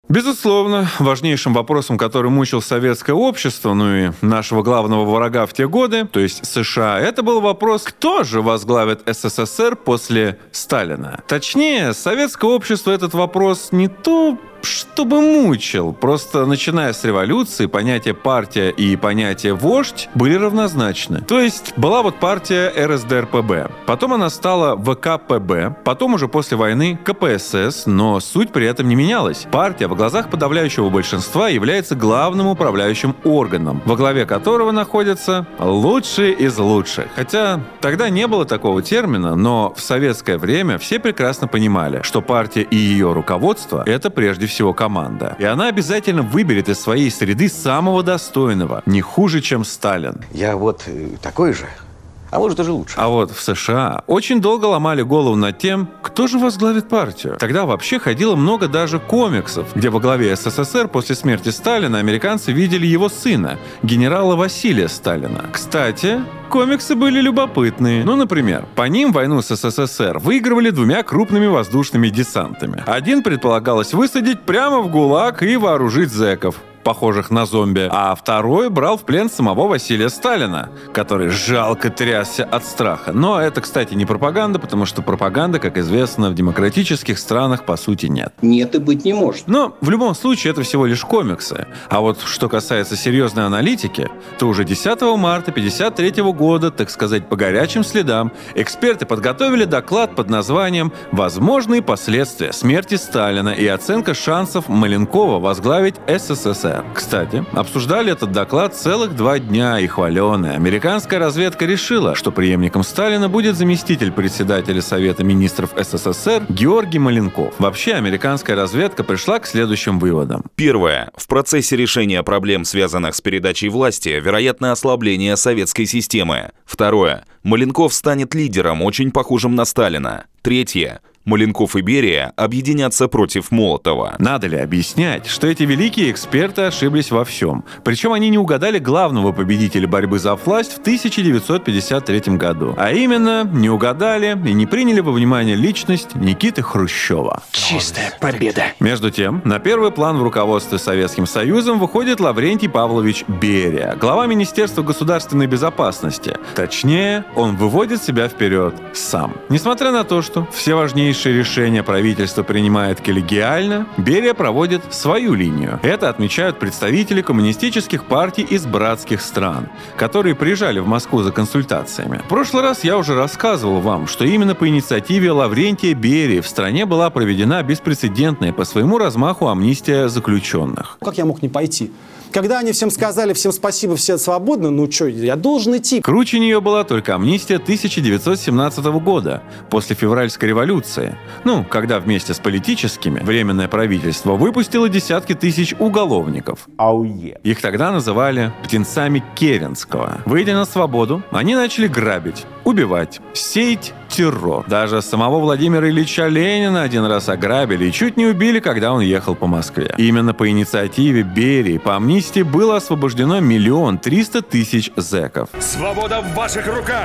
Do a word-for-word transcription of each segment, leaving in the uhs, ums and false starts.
Безусловно, важнейшим вопросом, который мучил советское общество, ну и нашего главного врага в те годы, то есть США, это был вопрос, кто же возглавит СССР после Сталина. Точнее, советское общество этот вопрос не то чтобы мучил. Просто начиная с революции, понятие партия и понятие вождь были равнозначны. То есть была вот партия эр эс дэ эр пэ бэ, потом она стала вэ ка пэ бэ, потом уже после войны ка пэ эс эс, но суть при этом не менялась. Партия в глазах подавляющего большинства является главным управляющим органом, во главе которого находятся лучшие из лучших. Хотя тогда не было такого термина, но в советское время все прекрасно понимали, что партия и ее руководство — это прежде всего команда. И она обязательно выберет из своей среды самого достойного, не хуже, чем Сталин. Я вот такой же, а может даже лучше. А вот в США очень долго ломали голову над тем, кто же возглавит партию. Тогда вообще ходило много даже комиксов, где во главе эс эс эс эр после смерти Сталина американцы видели его сына, генерала Василия Сталина. Кстати, комиксы были любопытные. Ну, например, по ним войну с эс эс эс эр выигрывали двумя крупными воздушными десантами. Один предполагалось высадить прямо в ГУЛАГ и вооружить зэков, похожих на зомби, а второй брал в плен самого Василия Сталина, который жалко трясся от страха. Но это, кстати, не пропаганда, потому что пропаганды, как известно, в демократических странах по сути нет. Нет и быть не может. Но в любом случае это всего лишь комиксы. А вот что касается серьезной аналитики, то уже десятого марта тысяча девятьсот пятьдесят третьего года, так сказать, по горячим следам, эксперты подготовили доклад под названием «Возможные последствия смерти Сталина и оценка шансов Маленкова возглавить эс эс эс эр». Кстати, обсуждали этот доклад целых два дня, и хваленая американская разведка решила, что преемником Сталина будет заместитель председателя Совета министров эс эс эс эр Георгий Маленков. Вообще, американская разведка пришла к следующим выводам. Первое. В процессе решения проблем, связанных с передачей власти, вероятно ослабление советской системы. Второе. Маленков станет лидером, очень похожим на Сталина. Третье. Маленков и Берия объединятся против Молотова. Надо ли объяснять, что эти великие эксперты ошиблись во всем? Причем они не угадали главного победителя борьбы за власть в тысяча девятьсот пятьдесят третьем году. А именно, не угадали и не приняли во внимание личность Никиты Хрущева. Чистая победа. Между тем, на первый план в руководстве Советским Союзом выходит Лаврентий Павлович Берия, глава Министерства государственной безопасности. Точнее, он выводит себя вперед сам. Несмотря на то, что все важнейшие решения правительство принимает коллегиально, Берия проводит свою линию. Это отмечают представители коммунистических партий из братских стран, которые приезжали в Москву за консультациями. В прошлый раз я уже рассказывал вам, что именно по инициативе Лаврентия Берии в стране была проведена беспрецедентная по своему размаху амнистия заключенных. Как я мог не пойти? Когда они всем сказали, всем спасибо, все свободны, ну что, я должен идти. Круче нее была только амнистия тысяча девятьсот семнадцатого года, после февральской революции. Ну, когда вместе с политическими Временное правительство выпустило десятки тысяч уголовников. Ауе. Их тогда называли птенцами Керенского. Выйдя на свободу, они начали грабить, убивать, сеять террор. Даже самого Владимира Ильича Ленина один раз ограбили и чуть не убили, когда он ехал по Москве. Именно по инициативе Берии по амнистии было освобождено миллион триста тысяч зэков. Свобода в ваших руках!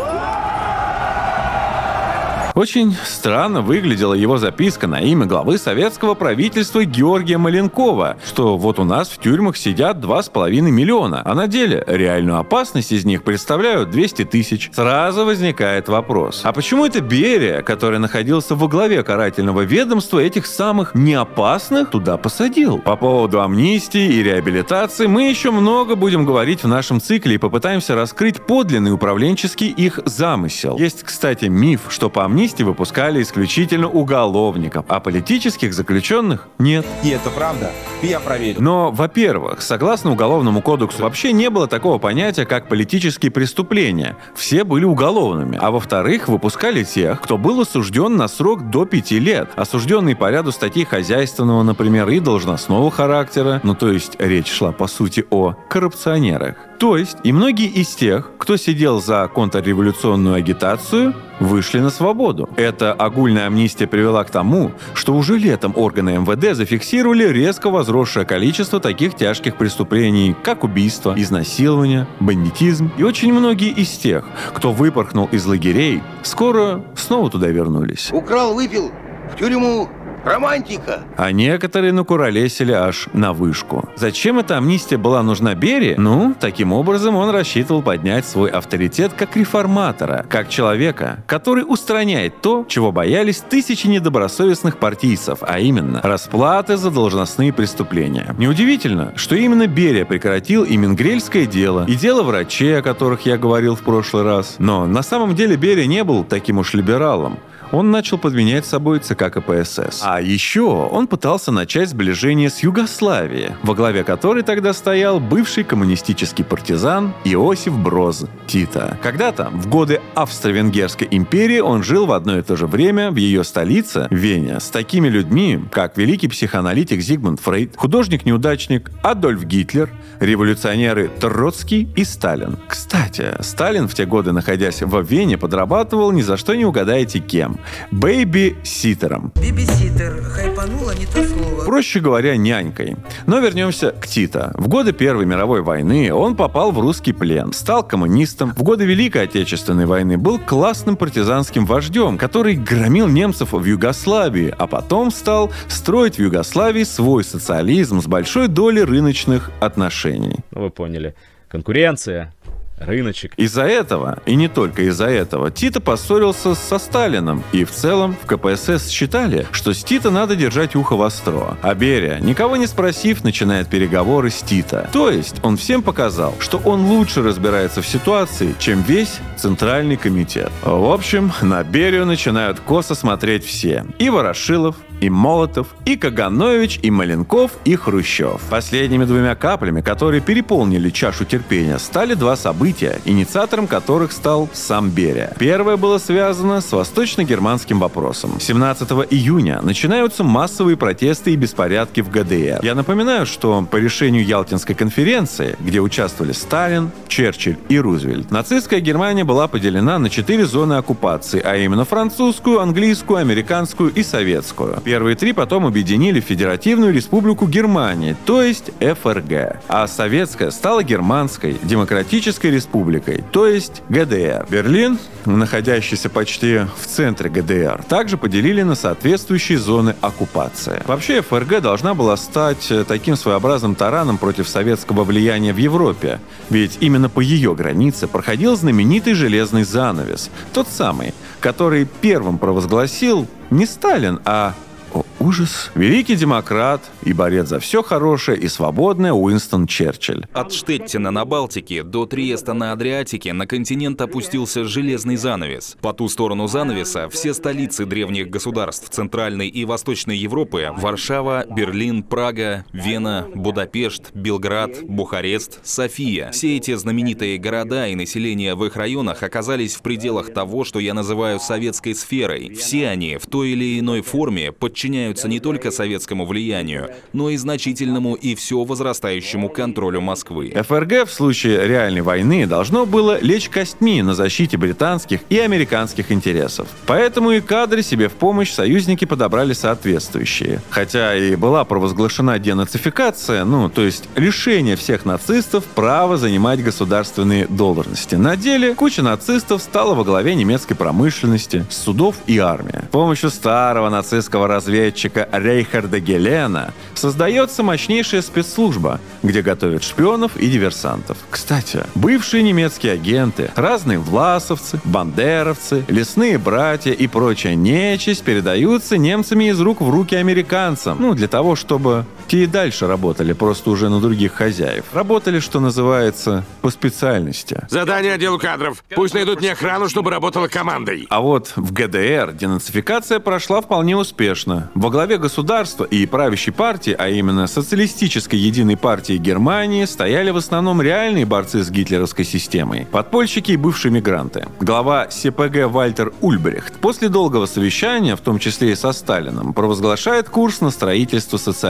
Очень странно выглядела его записка на имя главы советского правительства Георгия Маленкова, что вот у нас в тюрьмах сидят два с половиной миллиона, а на деле реальную опасность из них представляют двести тысяч. Сразу возникает вопрос, а почему это Берия, который находился во главе карательного ведомства, этих самых неопасных туда посадил? По поводу амнистии и реабилитации мы еще много будем говорить в нашем цикле и попытаемся раскрыть подлинный управленческий их замысел. Есть, кстати, миф, что по амнистии выпускали исключительно уголовников, а политических заключенных нет. И это правда. Я проверю. Но, во-первых, согласно Уголовному кодексу вообще не было такого понятия, как политические преступления. Все были уголовными. А во-вторых, выпускали тех, кто был осужден на срок до пяти лет. Осужденные по ряду статей хозяйственного, например, и должностного характера. Ну, то есть речь шла, по сути, о коррупционерах. То есть и многие из тех, кто сидел за контрреволюционную агитацию, вышли на свободу. Эта огульная амнистия привела к тому, что уже летом органы эм вэ дэ зафиксировали резко возросшее количество таких тяжких преступлений, как убийство, изнасилование, бандитизм. И очень многие из тех, кто выпорхнул из лагерей, скоро снова туда вернулись. Украл, выпил, в тюрьму, Романтика. А некоторые накуролесили аж на вышку. Зачем эта амнистия была нужна Берии? Ну, таким образом он рассчитывал поднять свой авторитет как реформатора, как человека, который устраняет то, чего боялись тысячи недобросовестных партийцев, а именно расплаты за должностные преступления. Неудивительно, что именно Берия прекратил и Менгрельское дело, и дело врачей, о которых я говорил в прошлый раз. Но на самом деле Берия не был таким уж либералом. Он начал подменять собой ЦК КПСС. А еще он пытался начать сближение с Югославией, во главе которой тогда стоял бывший коммунистический партизан Иосиф Броз Тита. Когда-то, в годы Австро-Венгерской империи, он жил в одно и то же время в ее столице, Вене, с такими людьми, как великий психоаналитик Зигмунд Фрейд, художник-неудачник Адольф Гитлер, революционеры Троцкий и Сталин. Кстати, Сталин в те годы, находясь в Вене, подрабатывал ни за что не угадаете кем. Бэйби-ситером. Бэйби-ситер. Хайпануло не то слово. Проще говоря, нянькой. Но вернемся к Тито. В годы Первой мировой войны он попал в русский плен, стал коммунистом. В годы Великой Отечественной войны был классным партизанским вождем, который громил немцев в Югославии, а потом стал строить в Югославии свой социализм с большой долей рыночных отношений. Ну, вы поняли. Конкуренция. Рыночек. Из-за этого, и не только из-за этого, Тито поссорился со Сталином, и в целом в ка пэ эс эс считали, что с Тито надо держать ухо востро. А Берия, никого не спросив, начинает переговоры с Тито. То есть он всем показал, что он лучше разбирается в ситуации, чем весь Центральный комитет. В общем, на Берию начинают косо смотреть все. И Ворошилов, и Молотов, и Каганович, и Маленков, и Хрущев. Последними двумя каплями, которые переполнили чашу терпения, стали два события, инициатором которых стал сам Берия. Первое было связано с восточно-германским вопросом. семнадцатого июня начинаются массовые протесты и беспорядки в гэ дэ эр. Я напоминаю, что по решению Ялтинской конференции, где участвовали Сталин, Черчилль и Рузвельт, нацистская Германия была поделена на четыре зоны оккупации, а именно французскую, английскую, американскую и советскую. Первые три потом объединили в Федеративную Республику Германии, то есть эф эр гэ. А советская стала Германской Демократической Республикой, то есть гэ дэ эр. Берлин, находящийся почти в центре гэ дэ эр, также поделили на соответствующие зоны оккупации. Вообще эф эр гэ должна была стать таким своеобразным тараном против советского влияния в Европе, ведь именно по ее границе проходил знаменитый железный занавес, тот самый, который первым провозгласил не Сталин, а... О, ужас. Великий демократ и борец за все хорошее и свободное Уинстон Черчилль. От Штеттина на Балтике до Триеста на Адриатике на континент опустился железный занавес. По ту сторону занавеса все столицы древних государств Центральной и Восточной Европы – Варшава, Берлин, Прага, Вена, Будапешт, Белград, Бухарест, София. Все эти знаменитые города и население в их районах оказались в пределах того, что я называю советской сферой. Все они в той или иной форме подчиняются не только советскому влиянию, но и значительному и все возрастающему контролю Москвы. эф эр гэ в случае реальной войны должно было лечь костьми на защите британских и американских интересов. Поэтому и кадры себе в помощь союзники подобрали соответствующие. Хотя и была провозглашена денацификация, ну, то есть лишение всех нацистов права занимать государственные должности. На деле куча нацистов стала во главе немецкой промышленности, судов и армии. С помощью старого нацистского разведчика Рейхарда Гелена создается мощнейшая спецслужба, где готовят шпионов и диверсантов. Кстати, бывшие немецкие агенты, разные власовцы, бандеровцы, лесные братья и прочая нечисть передаются немцами из рук в руки американцам, ну, для того, чтобы те и дальше работали, просто уже на других хозяев. Работали, что называется, по специальности. Задание отделу кадров. Пусть найдут мне охрану, чтобы работала командой. А вот в гэ дэ эр денацификация прошла вполне успешно. Во главе государства и правящей партии, а именно Социалистической единой партии Германии, стояли в основном реальные борцы с гитлеровской системой, подпольщики и бывшие мигранты. Глава се пэ гэ Вальтер Ульбрихт после долгого совещания, в том числе и со Сталином, провозглашает курс на строительство социализма.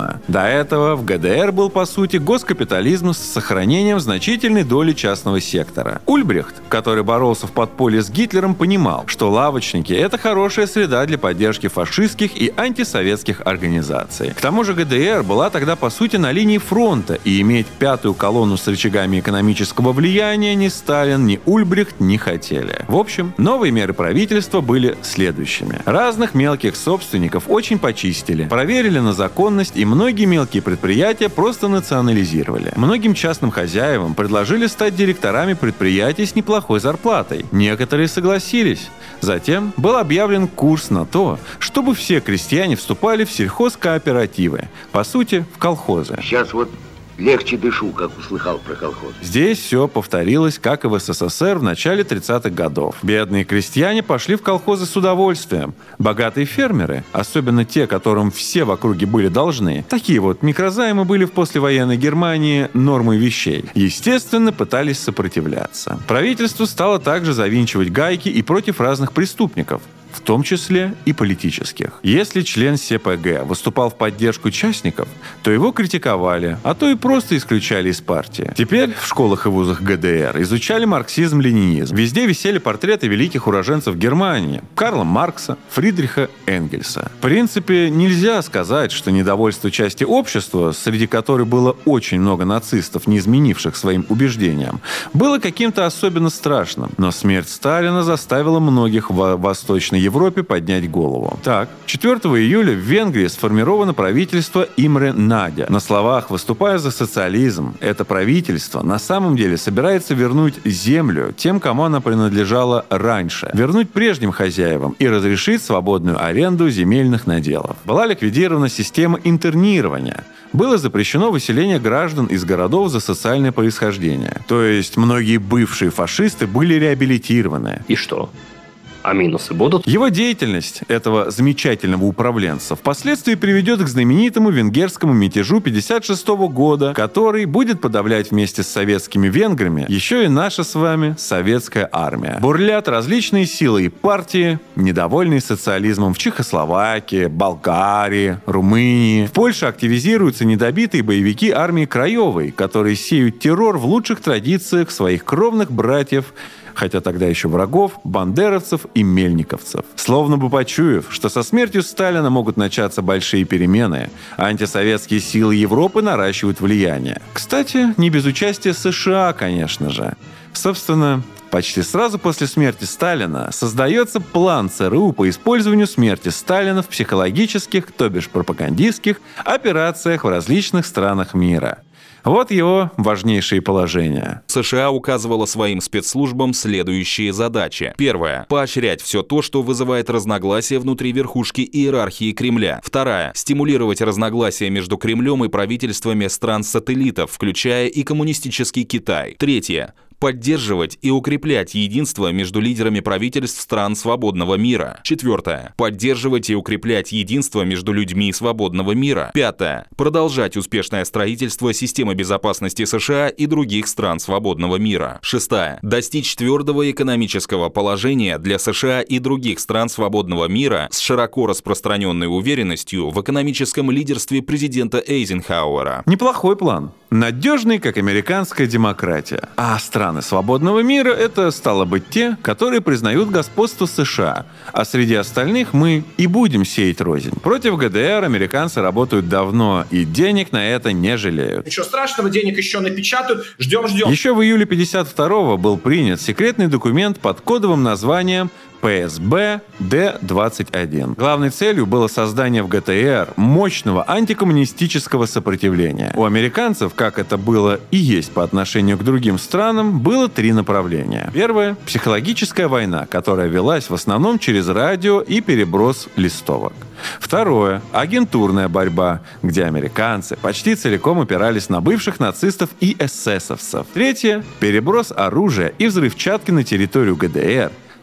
Сталина. До этого в ГДР был, по сути, госкапитализм с сохранением значительной доли частного сектора. Ульбрихт, который боролся в подполье с Гитлером, понимал, что лавочники – это хорошая среда для поддержки фашистских и антисоветских организаций. К тому же ГДР была тогда, по сути, на линии фронта, и иметь пятую колонну с рычагами экономического влияния ни Сталин, ни Ульбрихт не хотели. В общем, новые меры правительства были следующими. Разных мелких собственников очень почистили, проверили на законность, и многие мелкие предприятия просто национализировали. Многим частным хозяевам предложили стать директорами предприятий с неплохой зарплатой. Некоторые согласились. Затем был объявлен курс на то, чтобы все крестьяне вступали в сельхозкооперативы, по сути, в колхозы. Сейчас вот легче дышу, как услыхал про колхоз. Здесь все повторилось, как и в СССР в начале тридцатых годов. Бедные крестьяне пошли в колхозы с удовольствием. Богатые фермеры, особенно те, которым все в округе были должны, такие вот микрозаймы были в послевоенной Германии нормой вещей, естественно, пытались сопротивляться. Правительство стало также завинчивать гайки и против разных преступников, в том числе и политических. Если член СПГ выступал в поддержку частников, то его критиковали, а то и просто исключали из партии. Теперь в школах и вузах ГДР изучали марксизм-ленинизм. Везде висели портреты великих уроженцев Германии – Карла Маркса, Фридриха Энгельса. В принципе, нельзя сказать, что недовольство части общества, среди которой было очень много нацистов, не изменивших своим убеждениям, было каким-то особенно страшным. Но смерть Сталина заставила многих в Восточной Европе поднять голову. Так, четвёртого июля в Венгрии сформировано правительство Имре Надя. На словах, выступая за социализм, это правительство на самом деле собирается вернуть землю тем, кому она принадлежала раньше, вернуть прежним хозяевам и разрешить свободную аренду земельных наделов. Была ликвидирована система интернирования. Было запрещено выселение граждан из городов за социальное происхождение. То есть многие бывшие фашисты были реабилитированы. И что? А минусы будут? Его деятельность, этого замечательного управленца, впоследствии приведет к знаменитому венгерскому мятежу пятьдесят шестого года, который будет подавлять вместе с советскими венграми еще и наша с вами советская армия. Бурлят различные силы и партии, недовольные социализмом в Чехословакии, Болгарии, Румынии. В Польше активизируются недобитые боевики армии Краевой, которые сеют террор в лучших традициях своих кровных братьев, хотя тогда еще врагов, бандеровцев и мельниковцев. Словно бы почуяв, что со смертью Сталина могут начаться большие перемены, антисоветские силы Европы наращивают влияние. Кстати, не без участия США, конечно же. Собственно, почти сразу после смерти Сталина создается план ЦРУ по использованию смерти Сталина в психологических, то бишь пропагандистских, операциях в различных странах мира. Вот его важнейшие положения. США указывала своим спецслужбам следующие задачи. Первое. Поощрять все то, что вызывает разногласия внутри верхушки иерархии Кремля. Вторая. Стимулировать разногласия между Кремлем и правительствами стран-сателлитов, включая и коммунистический Китай. Третье. Поддерживать и укреплять единство между лидерами правительств стран свободного мира. Четвертое. Поддерживать и укреплять единство между людьми свободного мира. Пятое. Продолжать успешное строительство системы безопасности США и других стран свободного мира. Шестое. Достичь твердого экономического положения для США и других стран свободного мира с широко распространенной уверенностью в экономическом лидерстве президента Эйзенхауэра. Неплохой план. Надежный, как американская демократия. А страны свободного мира — это, стало быть, те, которые признают господство США. А среди остальных мы и будем сеять рознь. Против ГДР американцы работают давно, и денег на это не жалеют. Ничего страшного, денег еще напечатают. Ждем-ждем. Еще в июле пятьдесят второго был принят секретный документ под кодовым названием Пэ Эс Бэ Дэ двадцать один. Главной целью было создание в ГТР мощного антикоммунистического сопротивления. У американцев, как это было и есть по отношению к другим странам, было три направления. Первое – психологическая война, которая велась в основном через радио и переброс листовок. Второе – агентурная борьба, где американцы почти целиком опирались на бывших нацистов и эсэсовцев. Третье – переброс оружия и взрывчатки на территорию ГДР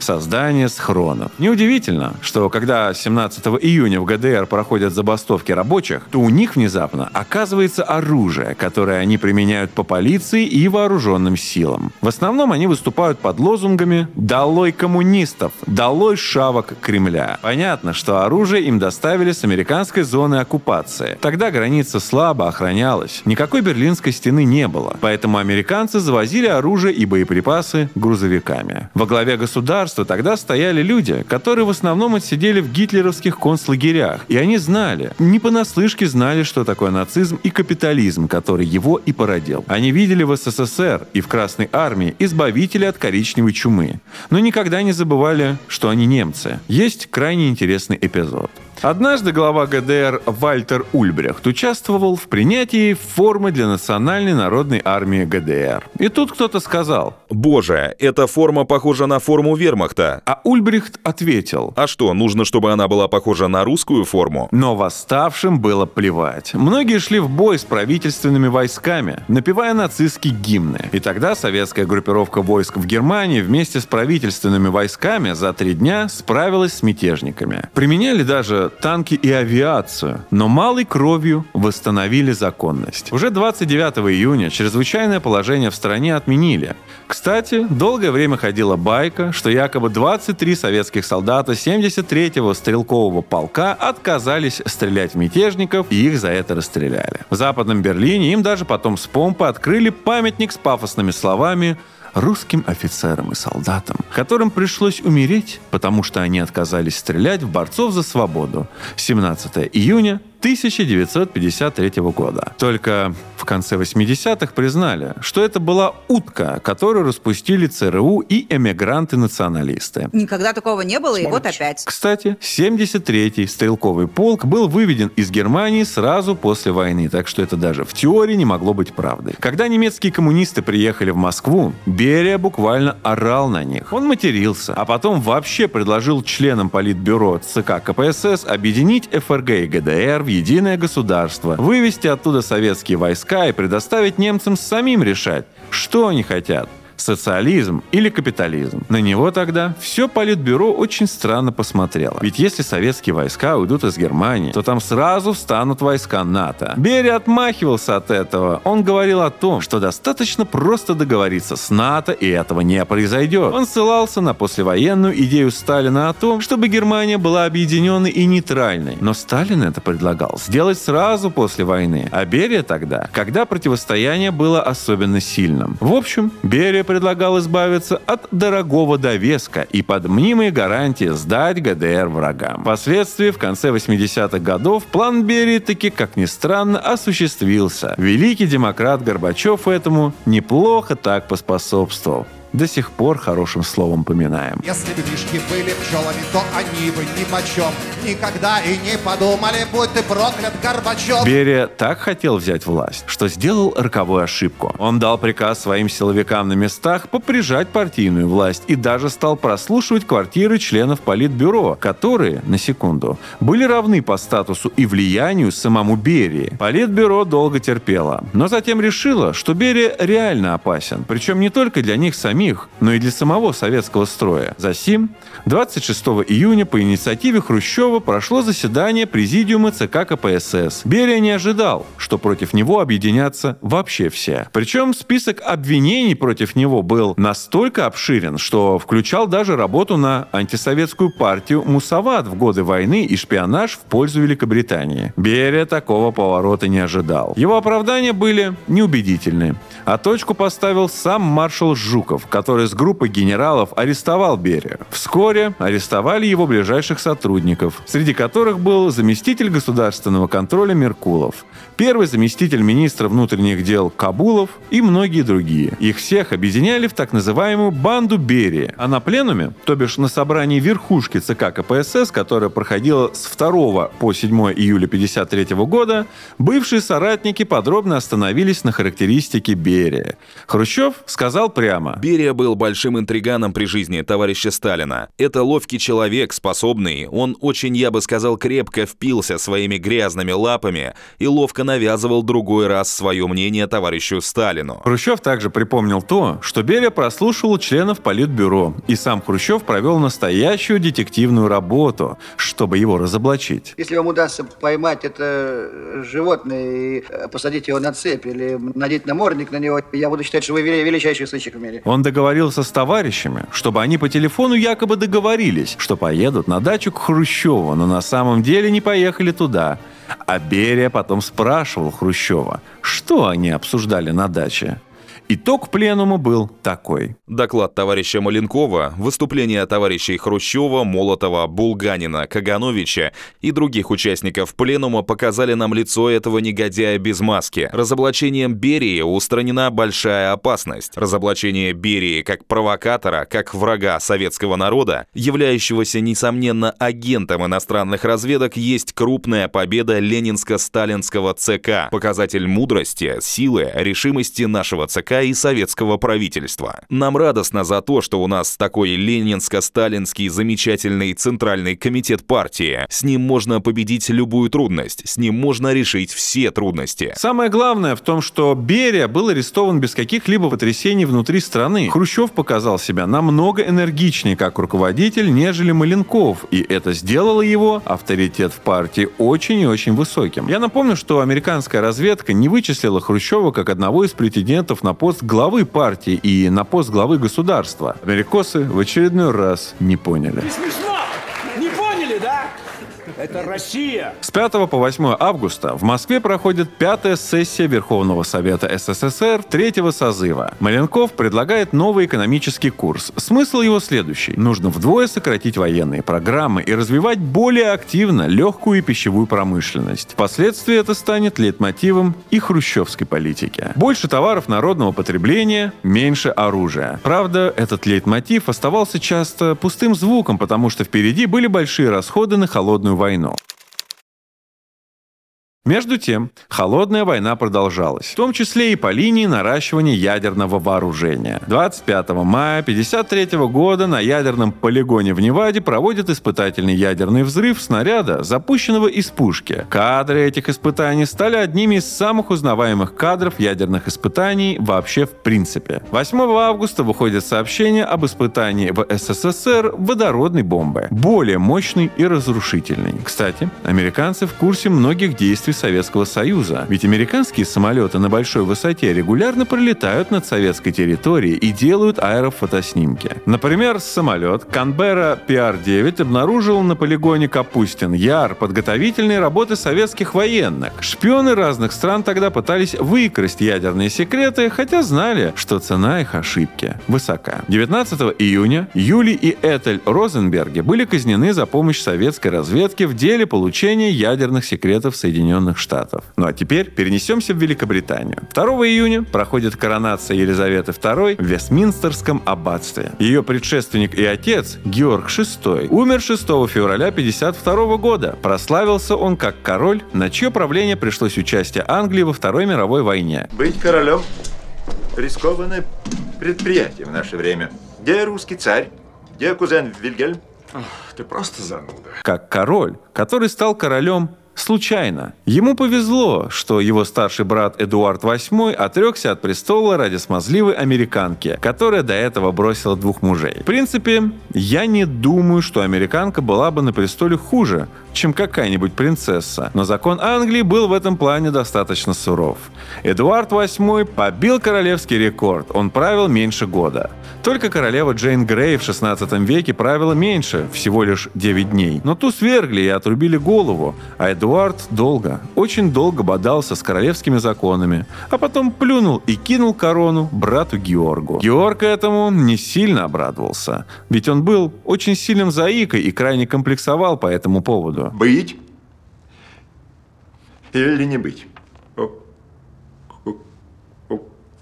создание схронов. Неудивительно, что когда семнадцатого июня в ГДР проходят забастовки рабочих, то у них внезапно оказывается оружие, которое они применяют по полиции и вооруженным силам. В основном они выступают под лозунгами «Долой коммунистов! Долой шавок Кремля!». Понятно, что оружие им доставили с американской зоны оккупации. Тогда граница слабо охранялась, никакой Берлинской стены не было, поэтому американцы завозили оружие и боеприпасы грузовиками. Во главе государства тогда стояли люди, которые в основном отсидели в гитлеровских концлагерях, и они знали, не понаслышке знали, что такое нацизм и капитализм, который его и породил. Они видели в СССР и в Красной армии избавителя от коричневой чумы, но никогда не забывали, что они немцы. Есть крайне интересный эпизод. Однажды глава ГДР Вальтер Ульбрихт участвовал в принятии формы для Национальной народной армии ГДР. И тут кто-то сказал: «Боже, эта форма похожа на форму вермахта». А Ульбрихт ответил: «А что, нужно, чтобы она была похожа на русскую форму?» Но восставшим было плевать. Многие шли в бой с правительственными войсками, напевая нацистские гимны. И тогда советская группировка войск в Германии вместе с правительственными войсками за три дня справилась с мятежниками. Применяли даже танки и авиацию, но малой кровью восстановили законность. Уже двадцать девятого июня чрезвычайное положение в стране отменили. Кстати, долгое время ходила байка, что якобы двадцать три советских солдата семьдесят третьего стрелкового полка отказались стрелять в мятежников, и их за это расстреляли. В Западном Берлине им даже потом с помпы открыли памятник с пафосными словами русским офицерам и солдатам, которым пришлось умереть, потому что они отказались стрелять в борцов за свободу. семнадцатого июня тысяча девятьсот пятьдесят третьего года. Только в конце восьмидесятых признали, что это была утка, которую распустили ЦРУ и эмигранты-националисты. Никогда такого не было, и вот опять. Кстати, семьдесят третий стрелковый полк был выведен из Германии сразу после войны, так что это даже в теории не могло быть правдой. Когда немецкие коммунисты приехали в Москву, Берия буквально орал на них. Он матерился, а потом вообще предложил членам Политбюро ЦК КПСС объединить ФРГ и ГДР в единое государство, вывести оттуда советские войска и предоставить немцам самим решать, что они хотят – социализм или капитализм. На него тогда все Политбюро очень странно посмотрело. Ведь если советские войска уйдут из Германии, то там сразу встанут войска НАТО. Берия отмахивался от этого. Он говорил о том, что достаточно просто договориться с НАТО, и этого не произойдет. Он ссылался на послевоенную идею Сталина о том, чтобы Германия была объединенной и нейтральной. Но Сталин это предлагал сделать сразу после войны. А Берия тогда, когда противостояние было особенно сильным. В общем, Берия предлагал избавиться от дорогого довеска и под мнимые гарантии сдать ГДР врагам. Впоследствии, в конце восьмидесятых годов, план Берии таки, как ни странно, осуществился. Великий демократ Горбачев этому неплохо так поспособствовал. До сих пор хорошим словом поминаем. Если бы мишки были пчелами, то они бы ни почем никогда и не подумали, будь ты проклят, Горбачев. Берия так хотел взять власть, что сделал роковую ошибку. Он дал приказ своим силовикам на местах поприжать партийную власть и даже стал прослушивать квартиры членов Политбюро, которые, на секунду, были равны по статусу и влиянию самому Берии. Политбюро долго терпело, но затем решило, что Берия реально опасен, причем не только для них самих, но и для самого советского строя. Засим двадцать шестого июня по инициативе Хрущева прошло заседание Президиума ЦК КПСС. Берия не ожидал, что против него объединятся вообще все. Причем список обвинений против него был настолько обширен, что включал даже работу на антисоветскую партию Мусават в годы войны и шпионаж в пользу Великобритании. Берия такого поворота не ожидал. Его оправдания были неубедительны, а точку поставил сам маршал Жуков, который с группой генералов арестовал Берию. Вскоре арестовали его ближайших сотрудников, среди которых был заместитель государственного контроля Меркулов, первый заместитель министра внутренних дел Кабулов и многие другие. Их всех объединяли в так называемую банду Берии. А на пленуме, то бишь на собрании верхушки ЦК КПСС, которое проходило с второго по седьмое июля пятьдесят третьего года, бывшие соратники подробно остановились на характеристике Берии. Хрущев сказал прямо: Берия был большим интриганом при жизни товарища Сталина. Это ловкий человек, способный, он очень, я бы сказал, крепко впился своими грязными лапами и ловко навязывал другой раз свое мнение товарищу Сталину. Хрущев также припомнил то, что Берия прослушивал членов Политбюро, и сам Хрущев провел настоящую детективную работу, чтобы его разоблачить. Если вам удастся поймать это животное и посадить его на цепь или надеть намордник на него, я буду считать, что вы величайший сыщик в мире. Он договорился с товарищами, чтобы они по телефону якобы договорились, что поедут на дачу к Хрущеву, но на самом деле не поехали туда. А Берия потом спрашивал Хрущева, что они обсуждали на даче. Итог пленума был такой. Доклад товарища Маленкова, выступления товарищей Хрущева, Молотова, Булганина, Кагановича и других участников пленума показали нам лицо этого негодяя без маски. Разоблачением Берии устранена большая опасность. Разоблачение Берии как провокатора, как врага советского народа, являющегося, несомненно, агентом иностранных разведок, есть крупная победа ленинско-сталинского ЦК, показатель мудрости, силы, решимости нашего ЦК и советского правительства. Нам радостно за то, что у нас такой ленинско-сталинский замечательный Центральный комитет партии. С ним можно победить любую трудность, с ним можно решить все трудности. Самое главное в том, что Берия был арестован без каких-либо потрясений внутри страны. Хрущев показал себя намного энергичнее как руководитель, нежели Маленков, и это сделало его авторитет в партии очень и очень высоким. Я напомню, что американская разведка не вычислила Хрущева как одного из претендентов на пост главы партии и на пост главы государства. Америкосы в очередной раз не поняли. Не смешно! Не поняли, да? Это Россия! С пятого по восьмое августа в Москве проходит пятая сессия Верховного Совета СССР третьего созыва. Маленков предлагает новый экономический курс. Смысл его следующий. Нужно вдвое сократить военные программы и развивать более активно легкую и пищевую промышленность. Впоследствии это станет лейтмотивом и хрущевской политики. Больше товаров народного потребления, меньше оружия. Правда, этот лейтмотив оставался часто пустым звуком, потому что впереди были большие расходы на холодную войну. Между тем, холодная война продолжалась, в том числе и по линии наращивания ядерного вооружения. двадцать пятого мая тысяча девятьсот пятьдесят третьего года на ядерном полигоне в Неваде проводят испытательный ядерный взрыв снаряда, запущенного из пушки. Кадры этих испытаний стали одними из самых узнаваемых кадров ядерных испытаний вообще в принципе. восьмого августа выходит сообщение об испытании в СССР водородной бомбы, более мощной и разрушительной. Кстати, американцы в курсе многих действий Советского Союза. Ведь американские самолеты на большой высоте регулярно пролетают над советской территорией и делают аэрофотоснимки. Например, самолет Canberra пи ар девять обнаружил на полигоне Капустин-Яр подготовительные работы советских военных. Шпионы разных стран тогда пытались выкрасть ядерные секреты, хотя знали, что цена их ошибки высока. девятнадцатого июня Юли и Этель Розенберги были казнены за помощь советской разведке в деле получения ядерных секретов Соединенных Штатов. Ну а теперь перенесемся в Великобританию. второго июня проходит коронация Елизаветы второй в Вестминстерском аббатстве. Ее предшественник и отец, Георг шестой, умер шестого февраля тысяча девятьсот пятьдесят второго года. Прославился он как король, на чье правление пришлось участие Англии во Второй мировой войне. Быть королем – рискованное предприятие в наше время. Где русский царь? Где кузен Вильгельм? Ох, ты просто зануда. Как король, который стал королем случайно. Ему повезло, что его старший брат Эдуард восьмой отрекся от престола ради смазливой американки, которая до этого бросила двух мужей. В принципе, я не думаю, что американка была бы на престоле хуже, чем какая-нибудь принцесса, но закон Англии был в этом плане достаточно суров. Эдуард восьмой побил королевский рекорд, он правил меньше года. Только королева Джейн Грей в шестнадцатом веке правила меньше, всего лишь девять дней. Но ту свергли и отрубили голову, а Эдуард долго, очень долго бодался с королевскими законами, а потом плюнул и кинул корону брату Георгу. Георг этому не сильно обрадовался, ведь он был очень сильным заикой и крайне комплексовал по этому поводу. Быть или не быть? О. О. О.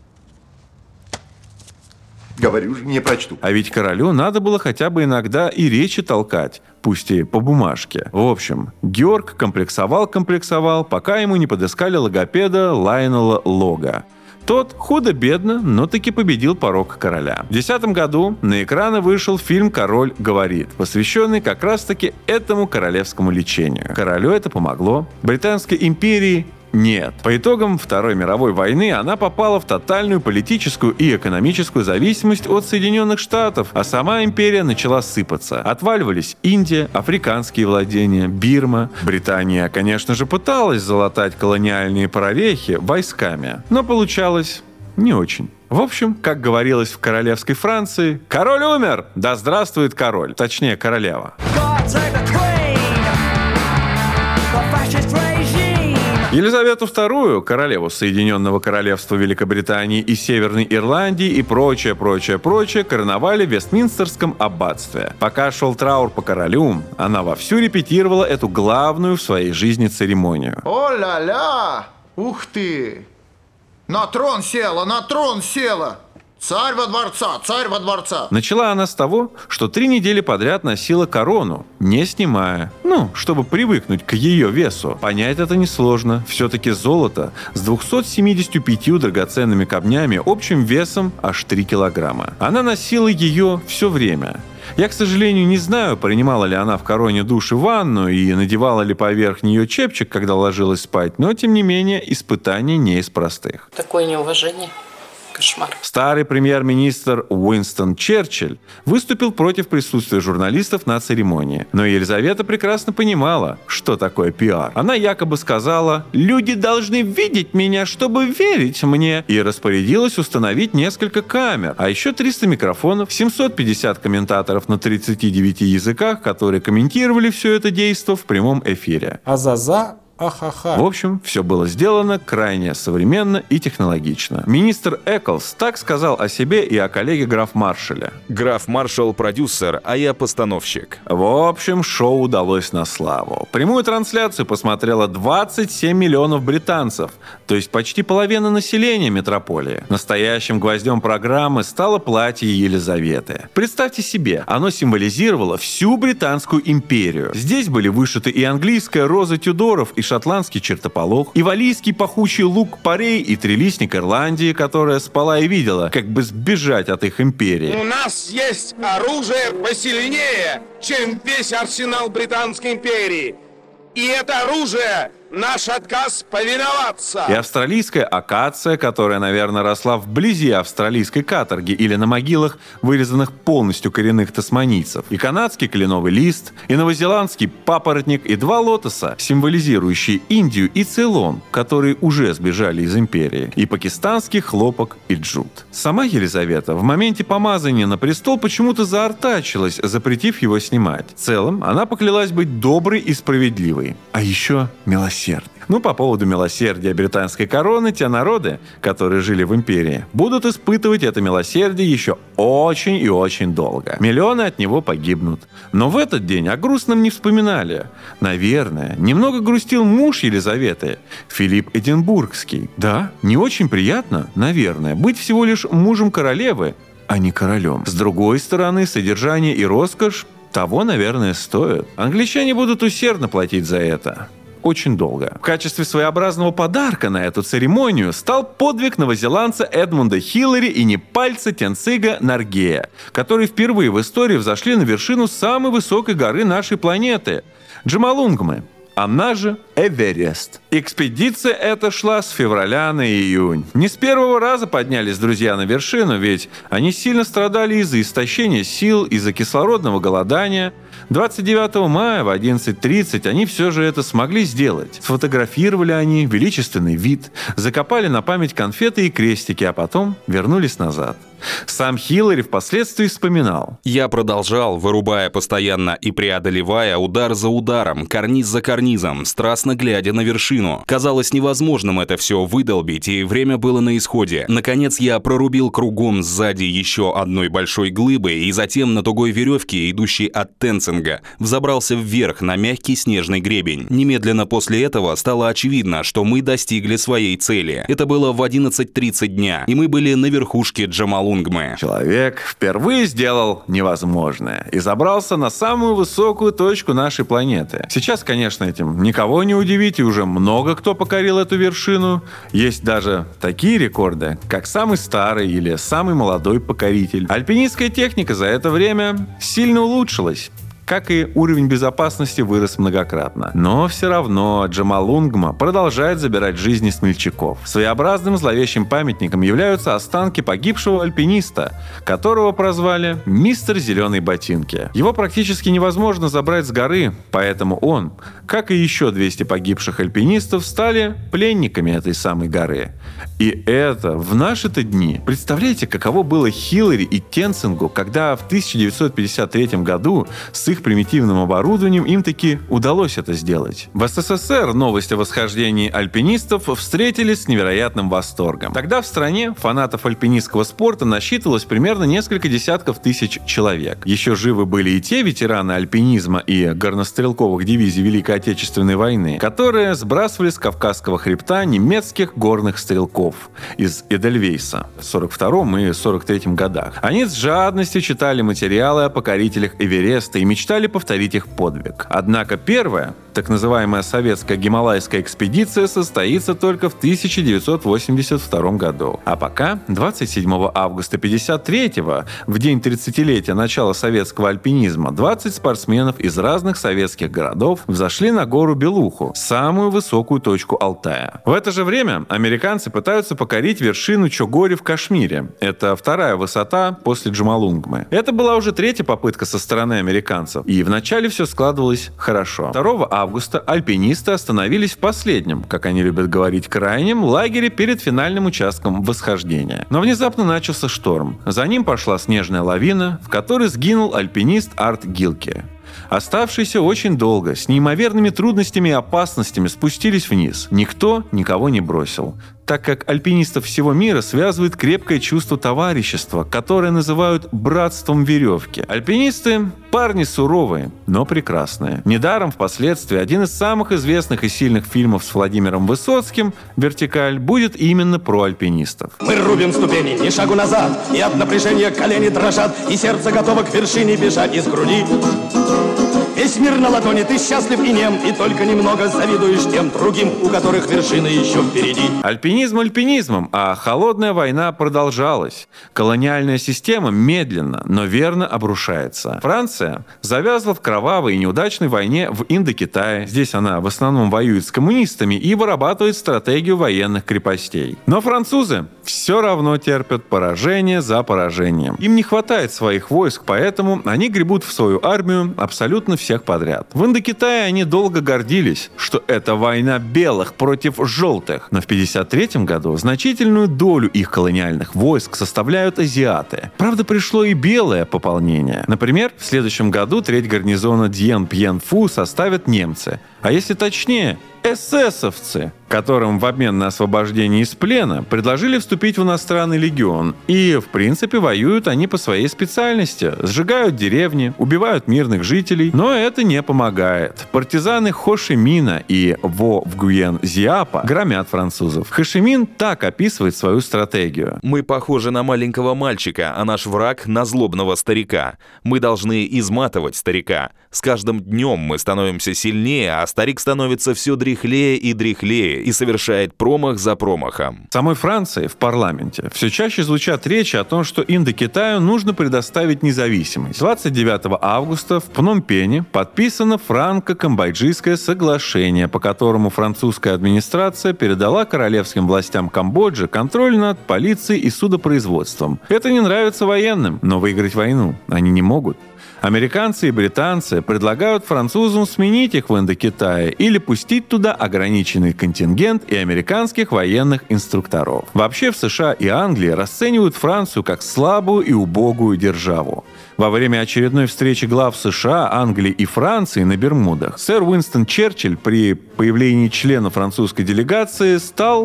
Говорю же, не прочту. А ведь королю надо было хотя бы иногда и речи толкать, пусть и по бумажке. В общем, Георг комплексовал-комплексовал, пока ему не подыскали логопеда Лайонела Лога. Тот худо-бедно, но таки победил порок короля. В две тысячи десятом году на экраны вышел фильм «Король говорит», посвященный как раз-таки этому королевскому лечению. Королю это помогло. Британской империи нет. По итогам Второй мировой войны она попала в тотальную политическую и экономическую зависимость от Соединенных Штатов, а сама империя начала сыпаться. Отваливались Индия, африканские владения, Бирма. Британия, конечно же, пыталась залатать колониальные прорехи войсками, но получалось не очень. В общем, как говорилось в королевской Франции, король умер! Да здравствует король! Точнее, королева. Елизавету вторую, королеву Соединенного Королевства Великобритании и Северной Ирландии и прочее, прочее, прочее короновали в Вестминстерском аббатстве. Пока шел траур по королю, она вовсю репетировала эту главную в своей жизни церемонию. О-ля-ля! Ух ты! На трон села, на трон села! Царь во дворца, царь во дворца. Начала она с того, что три недели подряд носила корону, не снимая. Ну, чтобы привыкнуть к ее весу. Понять это несложно. Все-таки золото с двумястами семьюдесятью пятью драгоценными камнями общим весом аж три килограмма. Она носила ее все время. Я, к сожалению, не знаю, принимала ли она в короне душ и ванну и надевала ли поверх нее чепчик, когда ложилась спать, но, тем не менее, испытание не из простых. Такое неуважение. Кошмар. Старый премьер-министр Уинстон Черчилль выступил против присутствия журналистов на церемонии. Но Елизавета прекрасно понимала, что такое пиар. Она якобы сказала: «Люди должны видеть меня, чтобы верить мне», и распорядилась установить несколько камер, а еще триста микрофонов, семьсот пятьдесят комментаторов на тридцати девяти языках, которые комментировали все это действо в прямом эфире. А-за-за. Ахаха. В общем, все было сделано крайне современно и технологично. Министр Эклс так сказал о себе и о коллеге граф Маршале. Граф Маршал – продюсер, а я постановщик. В общем, шоу удалось на славу. Прямую трансляцию посмотрело двадцать семь миллионов британцев, то есть почти половина населения метрополии. Настоящим гвоздем программы стало платье Елизаветы. Представьте себе, оно символизировало всю Британскую империю. Здесь были вышиты и английская роза Тюдоров, и шотландский чертополох, и валлийский пахучий лук парей, и трилистник Ирландии, которая спала и видела, как бы сбежать от их империи. У нас есть оружие посильнее, чем весь арсенал Британской империи. И это оружие — наш отказ повиноваться. И австралийская акация, которая, наверное, росла вблизи австралийской каторги или на могилах, вырезанных полностью коренных тасманийцев. И канадский кленовый лист, и новозеландский папоротник, и два лотоса, символизирующие Индию и Цейлон, которые уже сбежали из империи, и пакистанский хлопок и джут. Сама Елизавета в моменте помазания на престол почему-то заортачилась, запретив его снимать. В целом, она поклялась быть доброй и справедливой, а еще милосердной. Ну, по поводу милосердия британской короны, те народы, которые жили в империи, будут испытывать это милосердие еще очень и очень долго. Миллионы от него погибнут. Но в этот день о грустном не вспоминали. Наверное, немного грустил муж Елизаветы, Филипп Эдинбургский. Да, не очень приятно, наверное, быть всего лишь мужем королевы, а не королем. С другой стороны, содержание и роскошь того, наверное, стоят. Англичане будут усердно платить за это. Очень долго. В качестве своеобразного подарка на эту церемонию стал подвиг новозеландца Эдмунда Хиллари и непальца Тенцига Наргея, которые впервые в истории взошли на вершину самой высокой горы нашей планеты – Джомолунгмы, она же Эверест. Экспедиция эта шла с февраля на июнь. Не с первого раза поднялись друзья на вершину, ведь они сильно страдали из-за истощения сил, из-за кислородного голодания. двадцать девятого мая в одиннадцать тридцать они все же это смогли сделать. Сфотографировали они величественный вид, закопали на память конфеты и крестики, а потом вернулись назад. Сам Хиллари впоследствии вспоминал. «Я продолжал, вырубая постоянно и преодолевая удар за ударом, карниз за карнизом, страстно глядя на вершину. Казалось невозможным это все выдолбить, и время было на исходе. Наконец я прорубил кругом сзади еще одной большой глыбы, и затем на тугой веревке, идущей от Тенцинга, взобрался вверх на мягкий снежный гребень. Немедленно после этого стало очевидно, что мы достигли своей цели. Это было в одиннадцать тридцать дня, и мы были на верхушке Джомолунгмы. Джомолунгмы. Человек впервые сделал невозможное и забрался на самую высокую точку нашей планеты. Сейчас, конечно, этим никого не удивить, и уже много кто покорил эту вершину. Есть даже такие рекорды, как самый старый или самый молодой покоритель. Альпинистская техника за это время сильно улучшилась, как и уровень безопасности вырос многократно. Но все равно Джомолунгма продолжает забирать жизни смельчаков. Своеобразным зловещим памятником являются останки погибшего альпиниста, которого прозвали «Мистер Зеленой ботинки». Его практически невозможно забрать с горы, поэтому он, как и еще двести погибших альпинистов, стали пленниками этой самой горы. И это в наши-то дни. Представляете, каково было Хиллари и Тенцингу, когда в тысяча девятьсот пятьдесят третьем году с их примитивным оборудованием им таки удалось это сделать. В СССР новость о восхождении альпинистов встретили с невероятным восторгом. Тогда в стране фанатов альпинистского спорта насчитывалось примерно несколько десятков тысяч человек. Еще живы были и те ветераны альпинизма и горнострелковых дивизий Великой Отечественной войны, которые сбрасывали с Кавказского хребта немецких горных стрелков из Эдельвейса в сорок втором и сорок третьем годах. Они с жадностью читали материалы о покорителях Эвереста и мечтали повторить их подвиг. Однако первая, так называемая советская гималайская экспедиция, состоится только в тысяча девятьсот восемьдесят втором году. А пока двадцать седьмого августа пятьдесят третьего, в день тридцатилетия начала советского альпинизма, двадцать спортсменов из разных советских городов взошли на гору Белуху, самую высокую точку Алтая. В это же время американцы пытаются покорить вершину Чогори в Кашмире. Это вторая высота после Джомолунгмы. Это была уже третья попытка со стороны американцев, и вначале все складывалось хорошо. второго августа альпинисты остановились в последнем, как они любят говорить, крайнем лагере перед финальным участком восхождения. Но внезапно начался шторм. За ним пошла снежная лавина, в которой сгинул альпинист Арт Гилке. Оставшиеся очень долго, с неимоверными трудностями и опасностями спустились вниз. Никто никого не бросил, так как альпинистов всего мира связывает крепкое чувство товарищества, которое называют братством веревки. Альпинисты – парни суровые, но прекрасные. Недаром впоследствии один из самых известных и сильных фильмов с Владимиром Высоцким «Вертикаль» будет именно про альпинистов. Мы рубим ступени, ни шагу назад, и от напряжения колени дрожат, и сердце готово к вершине бежать из груди. Весь мир на ладони, ты счастлив и нем, и только немного завидуешь тем другим, у которых вершины еще впереди. Альпинизм альпинизмом, а холодная война продолжалась. Колониальная система медленно, но верно обрушается. Франция завязла в кровавой и неудачной войне в Индокитае. Здесь она в основном воюет с коммунистами и вырабатывает стратегию военных крепостей. Но французы все равно терпят поражение за поражением. Им не хватает своих войск, поэтому они гребут в свою армию абсолютно всех подряд. В Индокитае они долго гордились, что это война белых против желтых. Но в пятьдесят третьем году значительную долю их колониальных войск составляют азиаты. Правда, пришло и белое пополнение. Например, в следующем году треть гарнизона Дьен-Пьен-Фу составят немцы. А если точнее, эсэсовцы, которым в обмен на освобождение из плена предложили вступить в иностранный легион. И, в принципе, воюют они по своей специальности. Сжигают деревни, убивают мирных жителей. Но это не помогает. Партизаны Хо Ши Мина и Во Вгуен Зиапа громят французов. Хо Ши Мин так описывает свою стратегию. Мы похожи на маленького мальчика, а наш враг — на злобного старика. Мы должны изматывать старика. С каждым днем мы становимся сильнее, а старик становится все дряхлее и дряхлее и совершает промах за промахом. В самой Франции, в парламенте, все чаще звучат речи о том, что Индокитаю нужно предоставить независимость. двадцать девятого августа в Пномпене подписано франко-камбоджийское соглашение, по которому французская администрация передала королевским властям Камбоджи контроль над полицией и судопроизводством. Это не нравится военным, но выиграть войну они не могут. Американцы и британцы предлагают французам сменить их в Индокитае или пустить туда ограниченный контингент и американских военных инструкторов. Вообще в США и Англии расценивают Францию как слабую и убогую державу. Во время очередной встречи глав США, Англии и Франции на Бермудах сэр Уинстон Черчилль при появлении члена французской делегации стал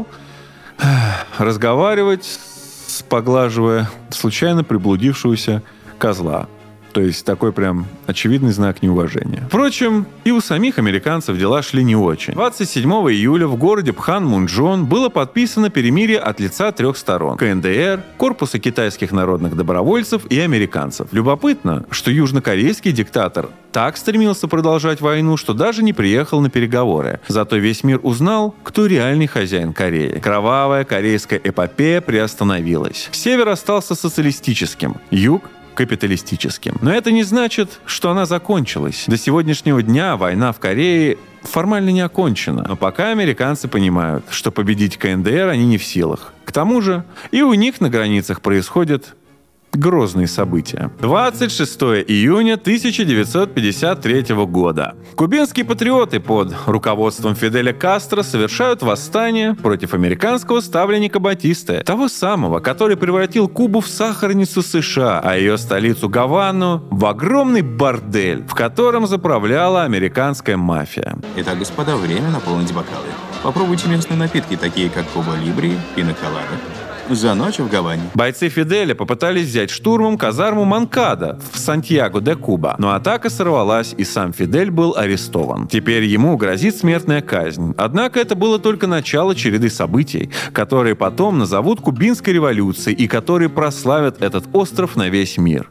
разговаривать, поглаживая случайно приблудившегося козла. То есть такой прям очевидный знак неуважения. Впрочем, и у самих американцев дела шли не очень. двадцать седьмого июля в городе Пханмунджон было подписано перемирие от лица трех сторон: ка эн дэ эр, Корпуса китайских народных добровольцев и американцев. Любопытно, что южнокорейский диктатор так стремился продолжать войну, что даже не приехал на переговоры. Зато весь мир узнал, кто реальный хозяин Кореи. Кровавая корейская эпопея приостановилась. Север остался социалистическим, юг — капиталистическим. Но это не значит, что она закончилась. До сегодняшнего дня война в Корее формально не окончена. Но пока американцы понимают, что победить ка эн дэ эр они не в силах. К тому же и у них на границах происходят грозные события. двадцать шестого июня тысяча девятьсот пятьдесят третьего года. Кубинские патриоты под руководством Фиделя Кастро совершают восстание против американского ставленника Батисты, того самого, который превратил Кубу в сахарницу США, а ее столицу Гавану в огромный бордель, в котором заправляла американская мафия. Итак, господа, время наполнить бокалы. Попробуйте местные напитки, такие как Куба Либри, Пина Колада. За ночь в Гаване. Бойцы Фиделя попытались взять штурмом казарму Монкадо в Сантьяго-де-Куба, но атака сорвалась, и сам Фидель был арестован. Теперь ему грозит смертная казнь. Однако это было только начало череды событий, которые потом назовут Кубинской революцией и которые прославят этот остров на весь мир.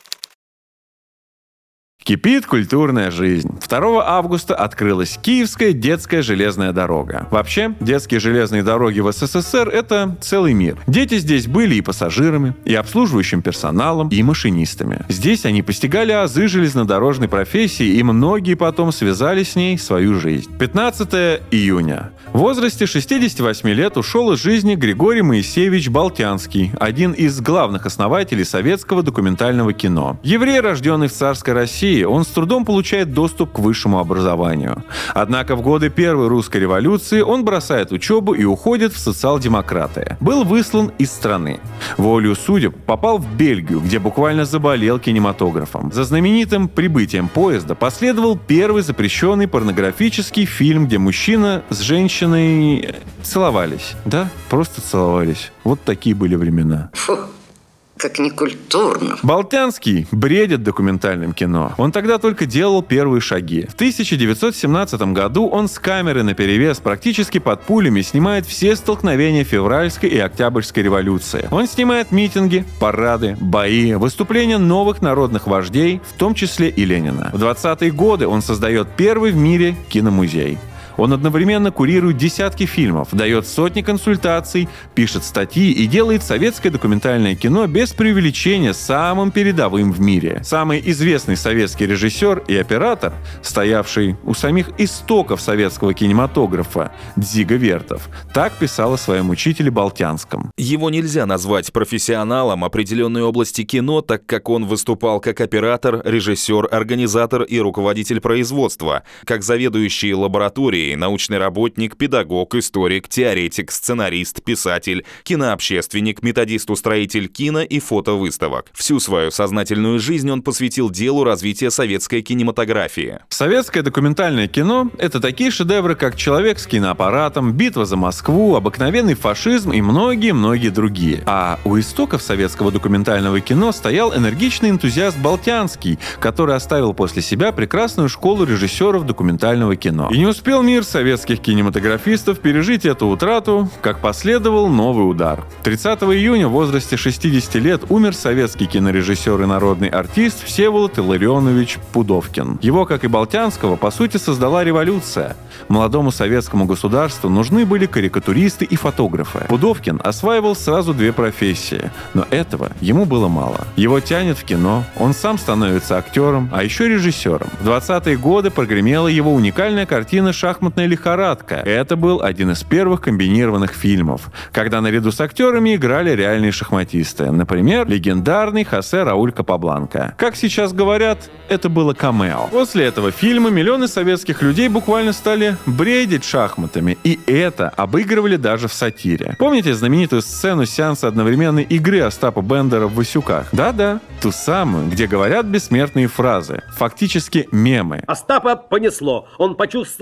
Кипит культурная жизнь. второго августа открылась Киевская детская железная дорога. Вообще, детские железные дороги в эс эс эс эр — это целый мир. Дети здесь были и пассажирами, и обслуживающим персоналом, и машинистами. Здесь они постигали азы железнодорожной профессии, и многие потом связали с ней свою жизнь. пятнадцатого июня. В возрасте шестидесяти восьми лет ушел из жизни Григорий Моисеевич Болтянский, один из главных основателей советского документального кино. Еврей, рожденный в царской России, он с трудом получает доступ к высшему образованию. Однако в годы Первой русской революции он бросает учебу и уходит в социал-демократы. Был выслан из страны. Волею судеб попал в Бельгию, где буквально заболел кинематографом. За знаменитым прибытием поезда последовал первый запрещенный порнографический фильм, где мужчина с женщиной целовались. Да, просто целовались. Вот такие были времена. Фу. Как некультурно. Болтянский бредит документальным кино. Он тогда только делал первые шаги. В тысяча девятьсот семнадцатом году он с камерой наперевес, практически под пулями, снимает все столкновения февральской и октябрьской революции. Он снимает митинги, парады, бои, выступления новых народных вождей, в том числе и Ленина. В двадцатые годы он создает первый в мире киномузей. Он одновременно курирует десятки фильмов, дает сотни консультаций, пишет статьи и делает советское документальное кино без преувеличения самым передовым в мире. Самый известный советский режиссер и оператор, стоявший у самих истоков советского кинематографа, Дзига Вертов, так писал о своем учителе Болтянском. Его нельзя назвать профессионалом определенной области кино, так как он выступал как оператор, режиссер, организатор и руководитель производства, как заведующий лабораторией, научный работник, педагог, историк, теоретик, сценарист, писатель, кинообщественник, методист-устроитель кино и фотовыставок. Всю свою сознательную жизнь он посвятил делу развития советской кинематографии. Советское документальное кино — это такие шедевры, как «Человек с киноаппаратом», «Битва за Москву», «Обыкновенный фашизм» и многие-многие другие. А у истоков советского документального кино стоял энергичный энтузиаст Болтянский, который оставил после себя прекрасную школу режиссеров документального кино. И не успел мир советских кинематографистов пережить эту утрату, как последовал новый удар. тридцатого июня в возрасте шестидесяти лет умер советский кинорежиссер и народный артист Всеволод Илларионович Пудовкин. Его, как и Болтянского, по сути создала революция. Молодому советскому государству нужны были карикатуристы и фотографы. Пудовкин осваивал сразу две профессии, но этого ему было мало. Его тянет в кино, он сам становится актером, а еще режиссером. В двадцатые годы прогремела его уникальная картина «Шахматная лихорадка». Это был один из первых комбинированных фильмов, когда наряду с актерами играли реальные шахматисты. Например, легендарный Хосе Рауль Капабланка. Как сейчас говорят, это было камео. После этого фильма миллионы советских людей буквально стали бредить шахматами, и это обыгрывали даже в сатире. Помните знаменитую сцену сеанса одновременной игры Остапа Бендера в «Васюках»? Да-да, ту самую, где говорят бессмертные фразы, фактически мемы. Остапа понесло. Он почувствовал прилив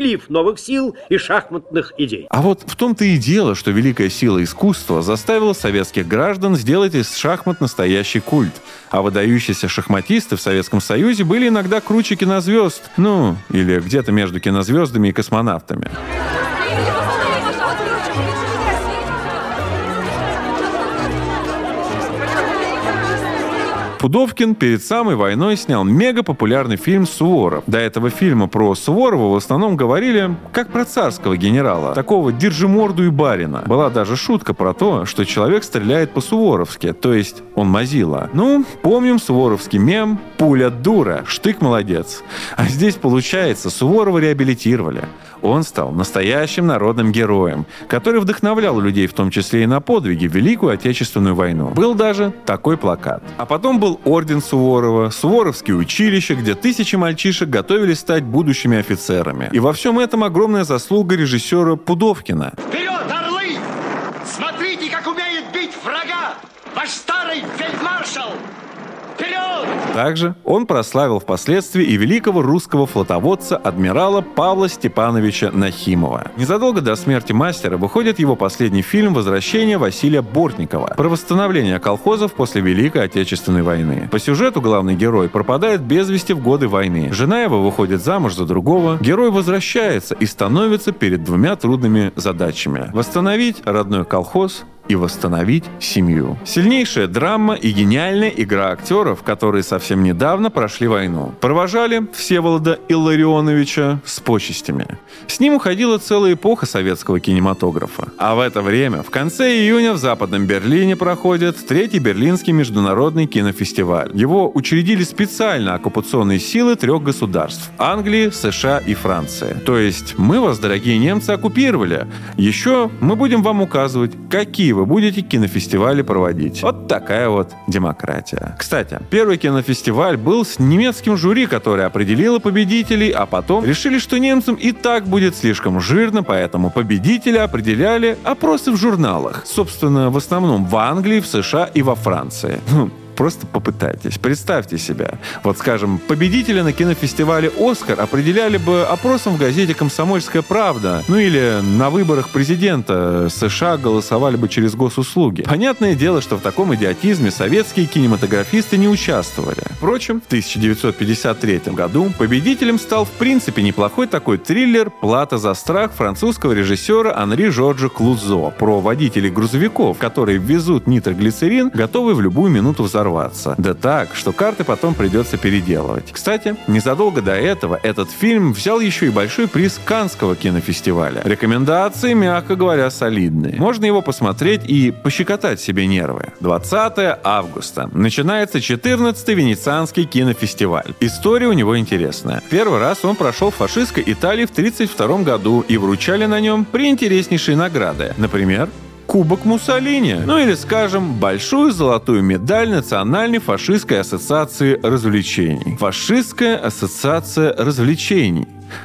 прилив новых сил и шахматных идей. А вот в том-то и дело, что великая сила искусства заставила советских граждан сделать из шахмат настоящий культ. А выдающиеся шахматисты в Советском Союзе были иногда круче кинозвезд. Ну, или где-то между кинозвездами и космонавтами. Пудовкин перед самой войной снял мегапопулярный фильм «Суворов». До этого фильма про Суворова в основном говорили как про царского генерала, такого держиморду и барина. Была даже шутка про то, что человек стреляет по-суворовски, то есть он мазила. Ну, помним суворовский мем «Пуля дура, штык молодец». А здесь, получается, Суворова реабилитировали. Он стал настоящим народным героем, который вдохновлял людей, в том числе и на подвиги, в Великую Отечественную войну. Был даже такой плакат. А потом был орден Суворова, Суворовские училища, где тысячи мальчишек готовились стать будущими офицерами. И во всем этом огромная заслуга режиссера Пудовкина. Вперед, орлы! Смотрите, как умеет бить врага! Ваш старый фельдмаршал! Вперед! Также он прославил впоследствии и великого русского флотоводца адмирала Павла Степановича Нахимова. Незадолго до смерти мастера выходит его последний фильм «Возвращение Василия Бортникова» про восстановление колхозов после Великой Отечественной войны. По сюжету главный герой пропадает без вести в годы войны. Жена его выходит замуж за другого. Герой возвращается и становится перед двумя трудными задачами: восстановить родной колхоз и восстановить семью. Сильнейшая драма и гениальная игра актеров, которые совсем недавно прошли войну. Провожали Всеволода Илларионовича с почестями. С ним уходила целая эпоха советского кинематографа. А в это время, в конце июня, в Западном Берлине проходит Третий Берлинский международный кинофестиваль. Его учредили специально оккупационные силы трех государств – Англии, США и Франции. То есть мы вас, дорогие немцы, оккупировали. Еще мы будем вам указывать, какие вы будете кинофестивали проводить. Вот такая вот демократия. Кстати, первый кинофестиваль был с немецким жюри, которое определило победителей, а потом решили, что немцам и так будет слишком жирно, поэтому победители определяли опросы в журналах. Собственно, в основном в Англии, в США и во Франции. Просто попытайтесь. Представьте себя. Вот, скажем, победителя на кинофестивале «Оскар» определяли бы опросом в газете «Комсомольская правда». Ну или на выборах президента США голосовали бы через госуслуги. Понятное дело, что в таком идиотизме советские кинематографисты не участвовали. Впрочем, в тысяча девятьсот пятьдесят третьем году победителем стал в принципе неплохой такой триллер «Плата за страх» французского режиссера Анри Жоржа Клузо про водителей грузовиков, которые везут нитроглицерин, готовый в любую минуту взорваться. Да так, что карты потом придется переделывать. Кстати, незадолго до этого этот фильм взял еще и большой приз Каннского кинофестиваля. Рекомендации, мягко говоря, солидные. Можно его посмотреть и пощекотать себе нервы. двадцатого августа. Начинается четырнадцатый Венецианский кинофестиваль. История у него интересная. Первый раз он прошел в фашистской Италии в тридцать втором году и вручали на нем преинтереснейшие награды. Например, Кубок Муссолини. Ну или, скажем, большую золотую медаль Национальной фашистской ассоциации развлечений. Фашистская ассоциация развлечений.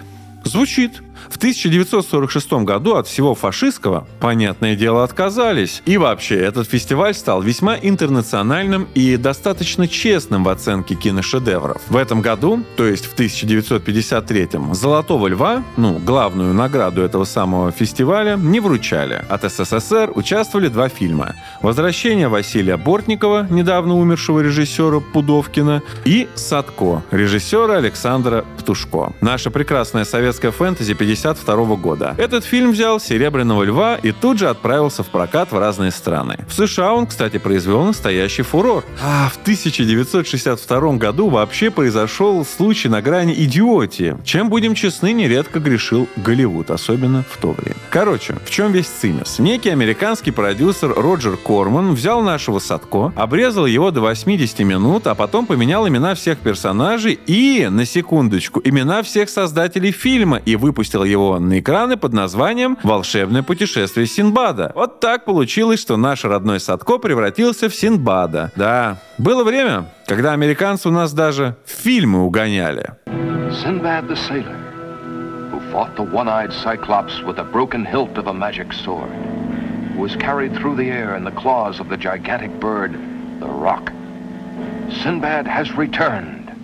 Звучит. В тысяча девятьсот сорок шестом году от всего фашистского, понятное дело, отказались. И вообще, этот фестиваль стал весьма интернациональным и достаточно честным в оценке киношедевров. В этом году, то есть в тысяча девятьсот пятьдесят третьем, «Золотого льва», ну, главную награду этого самого фестиваля, не вручали. От СССР участвовали два фильма: «Возвращение Василия Бортникова», недавно умершего режиссера Пудовкина, и «Садко» режиссера Александра Птушко. Наша прекрасная советская фэнтези пятьдесят второго года. Этот фильм взял «Серебряного льва» и тут же отправился в прокат в разные страны. В США он, кстати, произвел настоящий фурор. А в тысяча девятьсот шестьдесят втором году вообще произошел случай на грани идиотии, чем, будем честны, нередко грешил Голливуд, особенно в то время. Короче, в чем весь цимес? Некий американский продюсер Роджер Корман взял нашего Садко, обрезал его до восьмидесяти минут, а потом поменял имена всех персонажей и, на секундочку, имена всех создателей фильма и выпустил его на экраны под названием «Волшебное путешествие Синдбада». Вот так получилось, что наш родной Садко превратился в Синдбада. Да, было время, когда американцы у нас даже фильмы угоняли. Sinbad the sailor, who fought the one-eyed Cyclops with the broken hilt of a magic sword, who was carried through the air in the claws of the gigantic bird, the Roc. Sinbad has returned.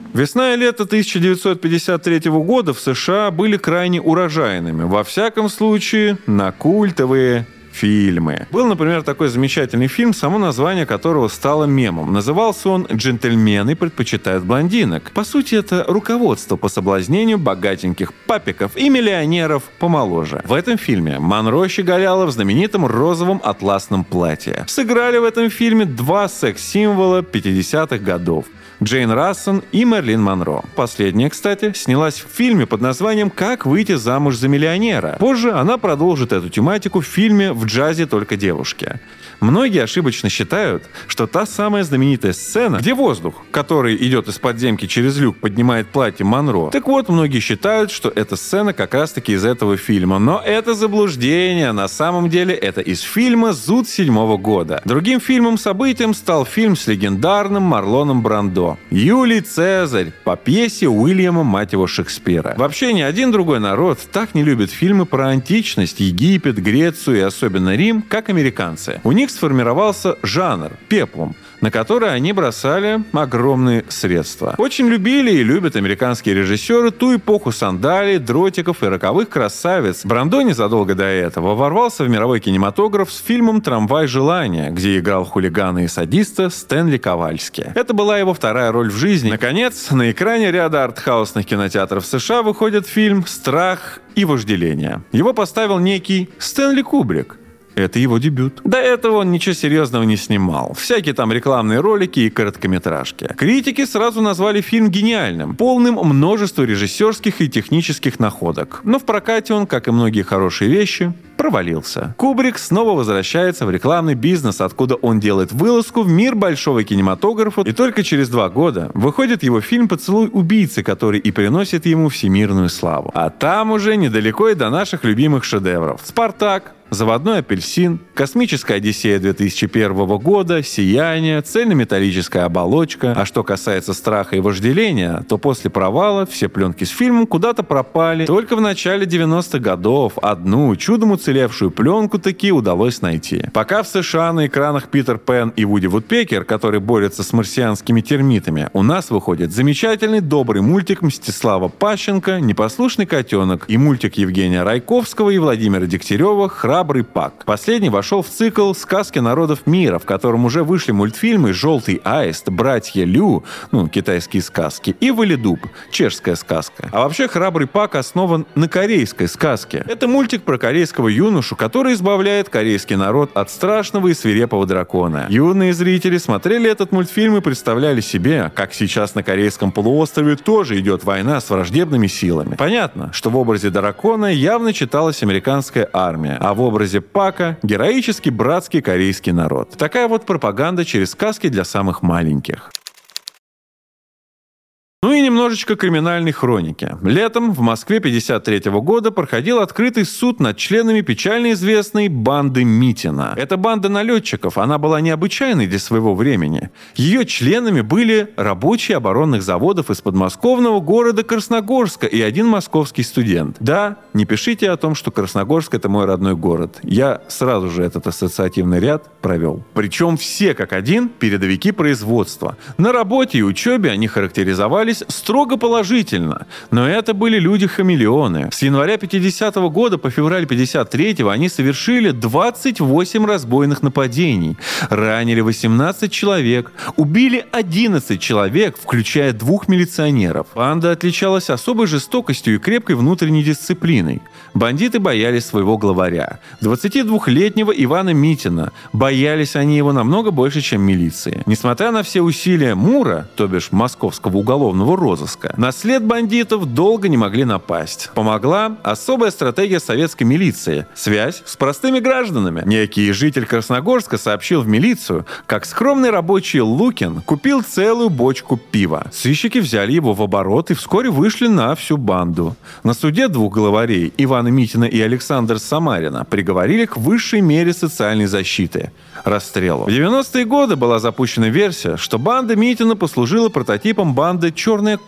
Весна и лето тысяча девятьсот пятьдесят третьего года в США были крайне урожайными. Во всяком случае, на культовые фильмы. Был, например, такой замечательный фильм, само название которого стало мемом. Назывался он «Джентльмены предпочитают блондинок». По сути, это руководство по соблазнению богатеньких папиков и миллионеров помоложе. В этом фильме Монро щеголяла в знаменитом розовом атласном платье. Сыграли в этом фильме два секс-символа пятидесятых годов. Джейн Рассен и Мерлин Монро. Последняя, кстати, снялась в фильме под названием «Как выйти замуж за миллионера». Позже она продолжит эту тематику в фильме «В джазе только девушки». Многие ошибочно считают, что та самая знаменитая сцена, где воздух, который идет из подземки через люк, поднимает платье Монро. Так вот, многие считают, что эта сцена как раз-таки из этого фильма. Но это заблуждение. На самом деле это из фильма «Зуд» седьмого года. Другим фильмом-событием стал фильм с легендарным Марлоном Брандо «Юлий Цезарь» по пьесе Уильяма, мать его, Шекспира. Вообще ни один другой народ так не любит фильмы про античность, Египет, Грецию и особенно Рим, как американцы. У них сформировался жанр пеплум, на который они бросали огромные средства. Очень любили и любят американские режиссеры ту эпоху сандалий, дротиков и роковых красавиц. Брандо незадолго до этого ворвался в мировой кинематограф с фильмом «Трамвай желания», где играл хулигана и садиста Стэнли Ковальски. Это была его вторая роль в жизни. Наконец, на экране ряда артхаусных кинотеатров США выходит фильм «Страх и вожделение». Его поставил некий Стэнли Кубрик. Это его дебют. До этого он ничего серьезного не снимал. Всякие там рекламные ролики и короткометражки. Критики сразу назвали фильм гениальным, полным множества режиссерских и технических находок. Но в прокате он, как и многие хорошие вещи, провалился. Кубрик снова возвращается в рекламный бизнес, откуда он делает вылазку в мир большого кинематографа, и только через два года выходит его фильм «Поцелуй убийцы», который и приносит ему всемирную славу. А там уже недалеко и до наших любимых шедевров. «Спартак», «Заводной апельсин», «Космическая Одиссея» две тысячи первого года, «Сияние», «Цельнометаллическая оболочка». А что касается «Страха и вожделения», то после провала все пленки с фильмом куда-то пропали. Только в начале девяностых годов одну чудом уцелевшую пленку таки удалось найти. Пока в США на экранах Питер Пен и Вуди Вудпекер, который борется с марсианскими термитами, у нас выходит замечательный добрый мультик Мстислава Пащенко «Непослушный котенок» и мультик Евгения Райковского и Владимира Дегтярева «Храбрый Пак». Последний вошел в цикл «Сказки народов мира», в котором уже вышли мультфильмы «Желтый аист», «Братья Лю», ну, китайские сказки, и «Валидуб», чешская сказка. А вообще «Храбрый Пак» основан на корейской сказке. Это мультик про корейского юношу, который избавляет корейский народ от страшного и свирепого дракона. Юные зрители смотрели этот мультфильм и представляли себе, как сейчас на корейском полуострове тоже идет война с враждебными силами. Понятно, что в образе дракона явно читалась американская армия, а в образе Пака — героический братский корейский народ. Такая вот пропаганда через сказки для самых маленьких. Ну и немножечко криминальной хроники. Летом в Москве пятьдесят третьего года проходил открытый суд над членами печально известной банды Митина. Эта банда налетчиков, она была необычайной для своего времени. Ее членами были рабочие оборонных заводов из подмосковного города Красногорска и один московский студент. Да, не пишите о том, что Красногорск — это мой родной город. Я сразу же этот ассоциативный ряд провел. Причем все как один передовики производства. На работе и учебе они характеризовали строго положительно, но это были люди-хамелеоны. С января пятидесятого года по февраль пятьдесят третьего они совершили двадцать восемь разбойных нападений, ранили восемнадцать человек, убили одиннадцать человек, включая двух милиционеров. Банда отличалась особой жестокостью и крепкой внутренней дисциплиной. Бандиты боялись своего главаря, двадцатидвухлетнего Ивана Митина. Боялись они его намного больше, чем милиции. Несмотря на все усилия МУРа, то бишь московского уголовного розыска, на след бандитов долго не могли напасть. Помогла особая стратегия советской милиции – связь с простыми гражданами. Некий житель Красногорска сообщил в милицию, как скромный рабочий Лукин купил целую бочку пива. Сыщики взяли его в оборот и вскоре вышли на всю банду. На суде двух главарей, Ивана Митина и Александра Самарина, приговорили к высшей мере социальной защиты – расстрелу. В девяностые годы была запущена версия, что банда Митина послужила прототипом банды «Черная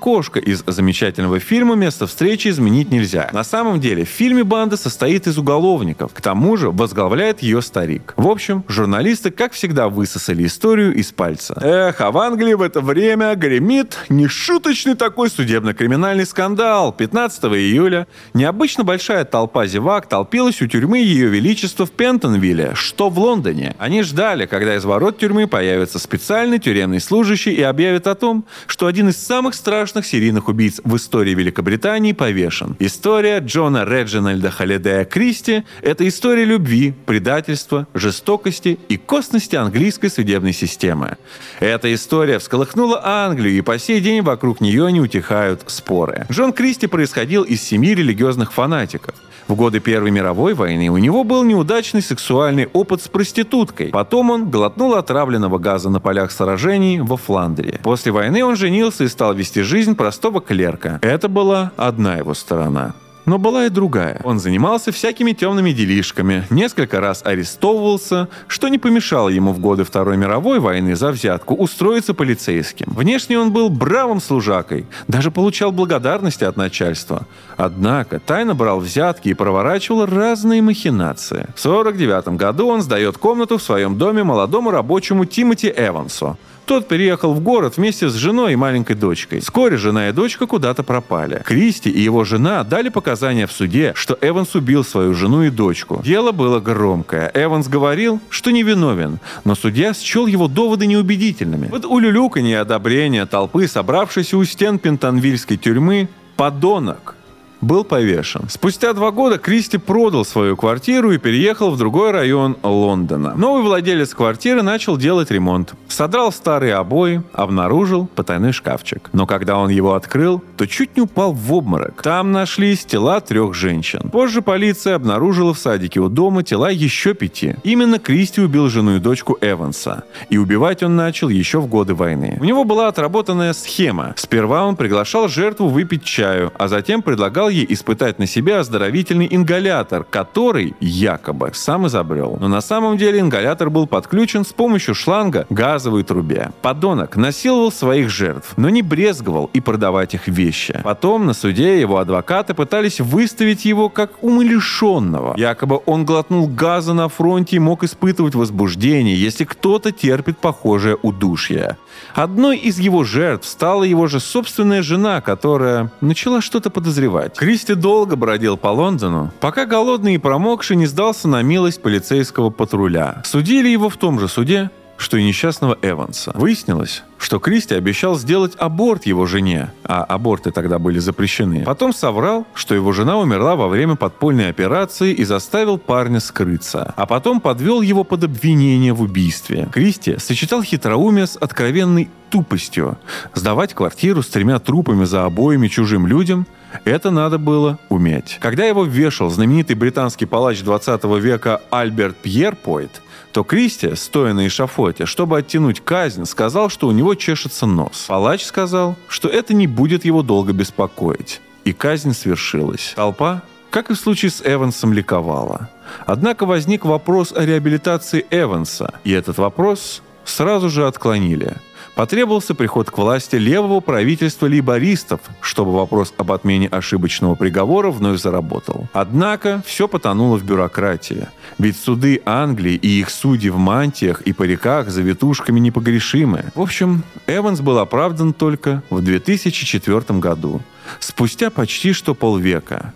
кошка из замечательного фильма «Место встречи изменить нельзя». На самом деле, в фильме банда состоит из уголовников. К тому же возглавляет ее старик. В общем, журналисты, как всегда, высосали историю из пальца. Эх, а в Англии в это время гремит нешуточный такой судебно-криминальный скандал. пятнадцатого июля необычно большая толпа зевак толпилась у тюрьмы Ее Величества в Пентонвилле, что в Лондоне. Они ждали, когда из ворот тюрьмы появится специальный тюремный служащий и объявит о том, что один из самых страшных серийных убийц в истории Великобритании повешен. История Джона Реджинальда Холидея Кристи – это история любви, предательства, жестокости и косности английской судебной системы. Эта история всколыхнула Англию, и по сей день вокруг нее не утихают споры. Джон Кристи происходил из семьи религиозных фанатиков. В годы Первой мировой войны у него был неудачный сексуальный опыт с проституткой. Потом он глотнул отравленного газа на полях сражений во Фландрии. После войны он женился и стал вести жизнь простого клерка. Это была одна его сторона. Но была и другая. Он занимался всякими темными делишками, несколько раз арестовывался, что не помешало ему в годы Второй мировой войны за взятку устроиться полицейским. Внешне он был бравым служакой, даже получал благодарности от начальства. Однако тайно брал взятки и проворачивал разные махинации. В сорок девятом году он сдает комнату в своем доме молодому рабочему Тимоти Эвансу. Тот переехал в город вместе с женой и маленькой дочкой. Вскоре жена и дочка куда-то пропали. Кристи и его жена дали показания в суде, что Эванс убил свою жену и дочку. Дело было громкое. Эванс говорил, что невиновен, но судья счел его доводы неубедительными. Под улюлюканье и одобрение толпы, собравшейся у стен пентонвильской тюрьмы, подонок был повешен. Спустя два года Кристи продал свою квартиру и переехал в другой район Лондона. Новый владелец квартиры начал делать ремонт. Содрал старые обои, обнаружил потайной шкафчик. Но когда он его открыл, то чуть не упал в обморок. Там нашлись тела трех женщин. Позже полиция обнаружила в садике у дома тела еще пяти. Именно Кристи убил жену и дочку Эванса. И убивать он начал еще в годы войны. У него была отработанная схема. Сперва он приглашал жертву выпить чаю, а затем предлагал ей испытать на себе оздоровительный ингалятор, который, якобы, сам изобрел. Но на самом деле ингалятор был подключен с помощью шланга к газовой трубе. Подонок насиловал своих жертв, но не брезговал и продавать их вещи. Потом на суде его адвокаты пытались выставить его как умалишенного. Якобы он глотнул газа на фронте и мог испытывать возбуждение, если кто-то терпит похожее удушье. Одной из его жертв стала его же собственная жена, которая начала что-то подозревать. Кристи долго бродил по Лондону, пока голодный и промокший не сдался на милость полицейского патруля. Судили его в том же суде, что и несчастного Эванса. Выяснилось, что Кристи обещал сделать аборт его жене, а аборты тогда были запрещены. Потом соврал, что его жена умерла во время подпольной операции и заставил парня скрыться. А потом подвел его под обвинение в убийстве. Кристи сочетал хитроумие с откровенной тупостью. Сдавать квартиру с тремя трупами за обоями чужим людям — это надо было уметь. Когда его вешал знаменитый британский палач двадцатого века Альберт Пьерпойт, то Кристи, стоя на эшафоте, чтобы оттянуть казнь, сказал, что у него чешется нос. Палач сказал, что это не будет его долго беспокоить. И казнь свершилась. Толпа, как и в случае с Эвансом, ликовала. Однако возник вопрос о реабилитации Эванса, и этот вопрос сразу же отклонили. Потребовался приход к власти левого правительства лейбористов, чтобы вопрос об отмене ошибочного приговора вновь заработал. Однако все потонуло в бюрократии. Ведь суды Англии и их судьи в мантиях и париках с завитушками непогрешимы. В общем, Эванс был оправдан только в две тысячи четвёртом году, спустя почти что полвека.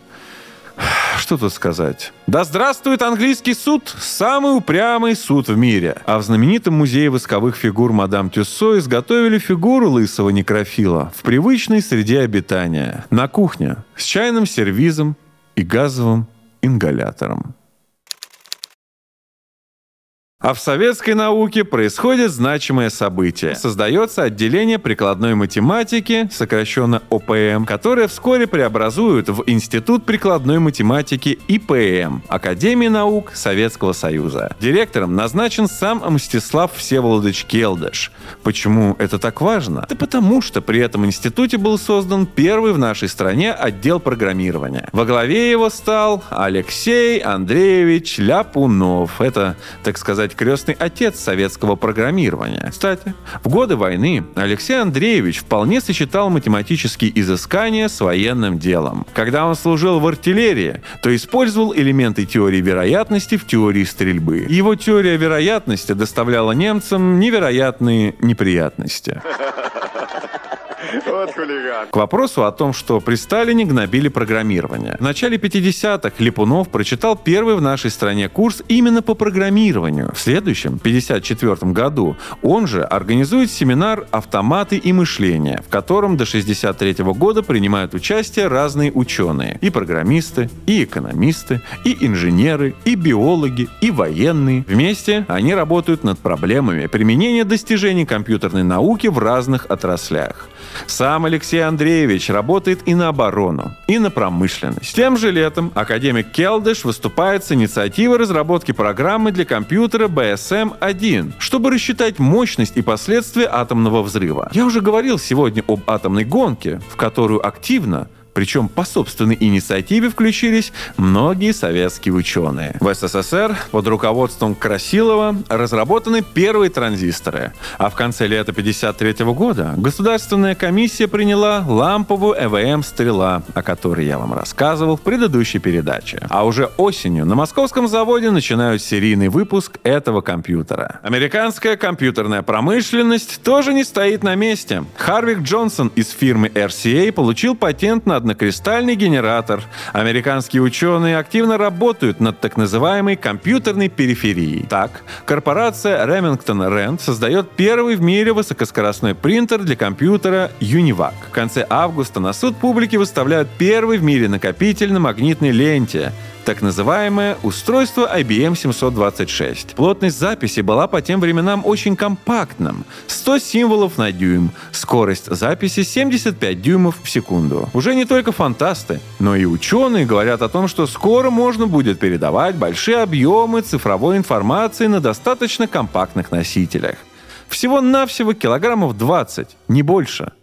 Что тут сказать? Да здравствует английский суд! Самый упрямый суд в мире! А в знаменитом музее восковых фигур мадам Тюссо изготовили фигуру лысого некрофила в привычной среде обитания. На кухне с чайным сервизом и газовым ингалятором. А в советской науке происходит значимое событие. Создается отделение прикладной математики, сокращенно о пэ эм, которое вскоре преобразуют в Институт прикладной математики и пэ эм Академии наук Советского Союза. Директором назначен сам Мстислав Всеволодович Келдыш. Почему это так важно? Да потому что при этом институте был создан первый в нашей стране отдел программирования. Во главе его стал Алексей Андреевич Ляпунов. Это, так сказать, сказать, крестный отец советского программирования. Кстати, в годы войны Алексей Андреевич вполне сочетал математические изыскания с военным делом. Когда он служил в артиллерии, то использовал элементы теории вероятности в теории стрельбы. Его теория вероятности доставляла немцам невероятные неприятности. Вот хулиган. К вопросу о том, что при Сталине гнобили программирование. В начале пятидесятых Липунов прочитал первый в нашей стране курс именно по программированию. В следующем, пятьдесят четвёртом году, он же организует семинар «Автоматы и мышление», в котором до шестьдесят третьего года принимают участие разные ученые. И программисты, и экономисты, и инженеры, и биологи, и военные. Вместе они работают над проблемами применения достижений компьютерной науки в разных отраслях. Сам Алексей Андреевич работает и на оборону, и на промышленность. Тем же летом академик Келдыш выступает с инициативой разработки программы для компьютера бэ эс эм один, чтобы рассчитать мощность и последствия атомного взрыва. Я уже говорил сегодня об атомной гонке, в которую активно, причем по собственной инициативе, включились многие советские ученые. В эс эс эс эр под руководством Красилова разработаны первые транзисторы, а в конце лета пятьдесят третьего года Государственная комиссия приняла ламповую э вэ эм «Стрела», о которой я вам рассказывал в предыдущей передаче. А уже осенью на московском заводе начинают серийный выпуск этого компьютера. Американская компьютерная промышленность тоже не стоит на месте. Харвик Джонсон из фирмы эр си эй получил патент на однокристальный генератор. Американские ученые активно работают над так называемой компьютерной периферией. Так, корпорация Remington Rand создает первый в мире высокоскоростной принтер для компьютера Univac. В конце августа на суд публики выставляют первый в мире накопитель на магнитной ленте, так называемое устройство ай би эм семьсот двадцать шесть. Плотность записи была по тем временам очень компактным — сто символов на дюйм, скорость записи семьдесят пять дюймов в секунду. Уже не только фантасты, но и ученые говорят о том, что скоро можно будет передавать большие объемы цифровой информации на достаточно компактных носителях. Всего-навсего килограммов двадцать, не больше.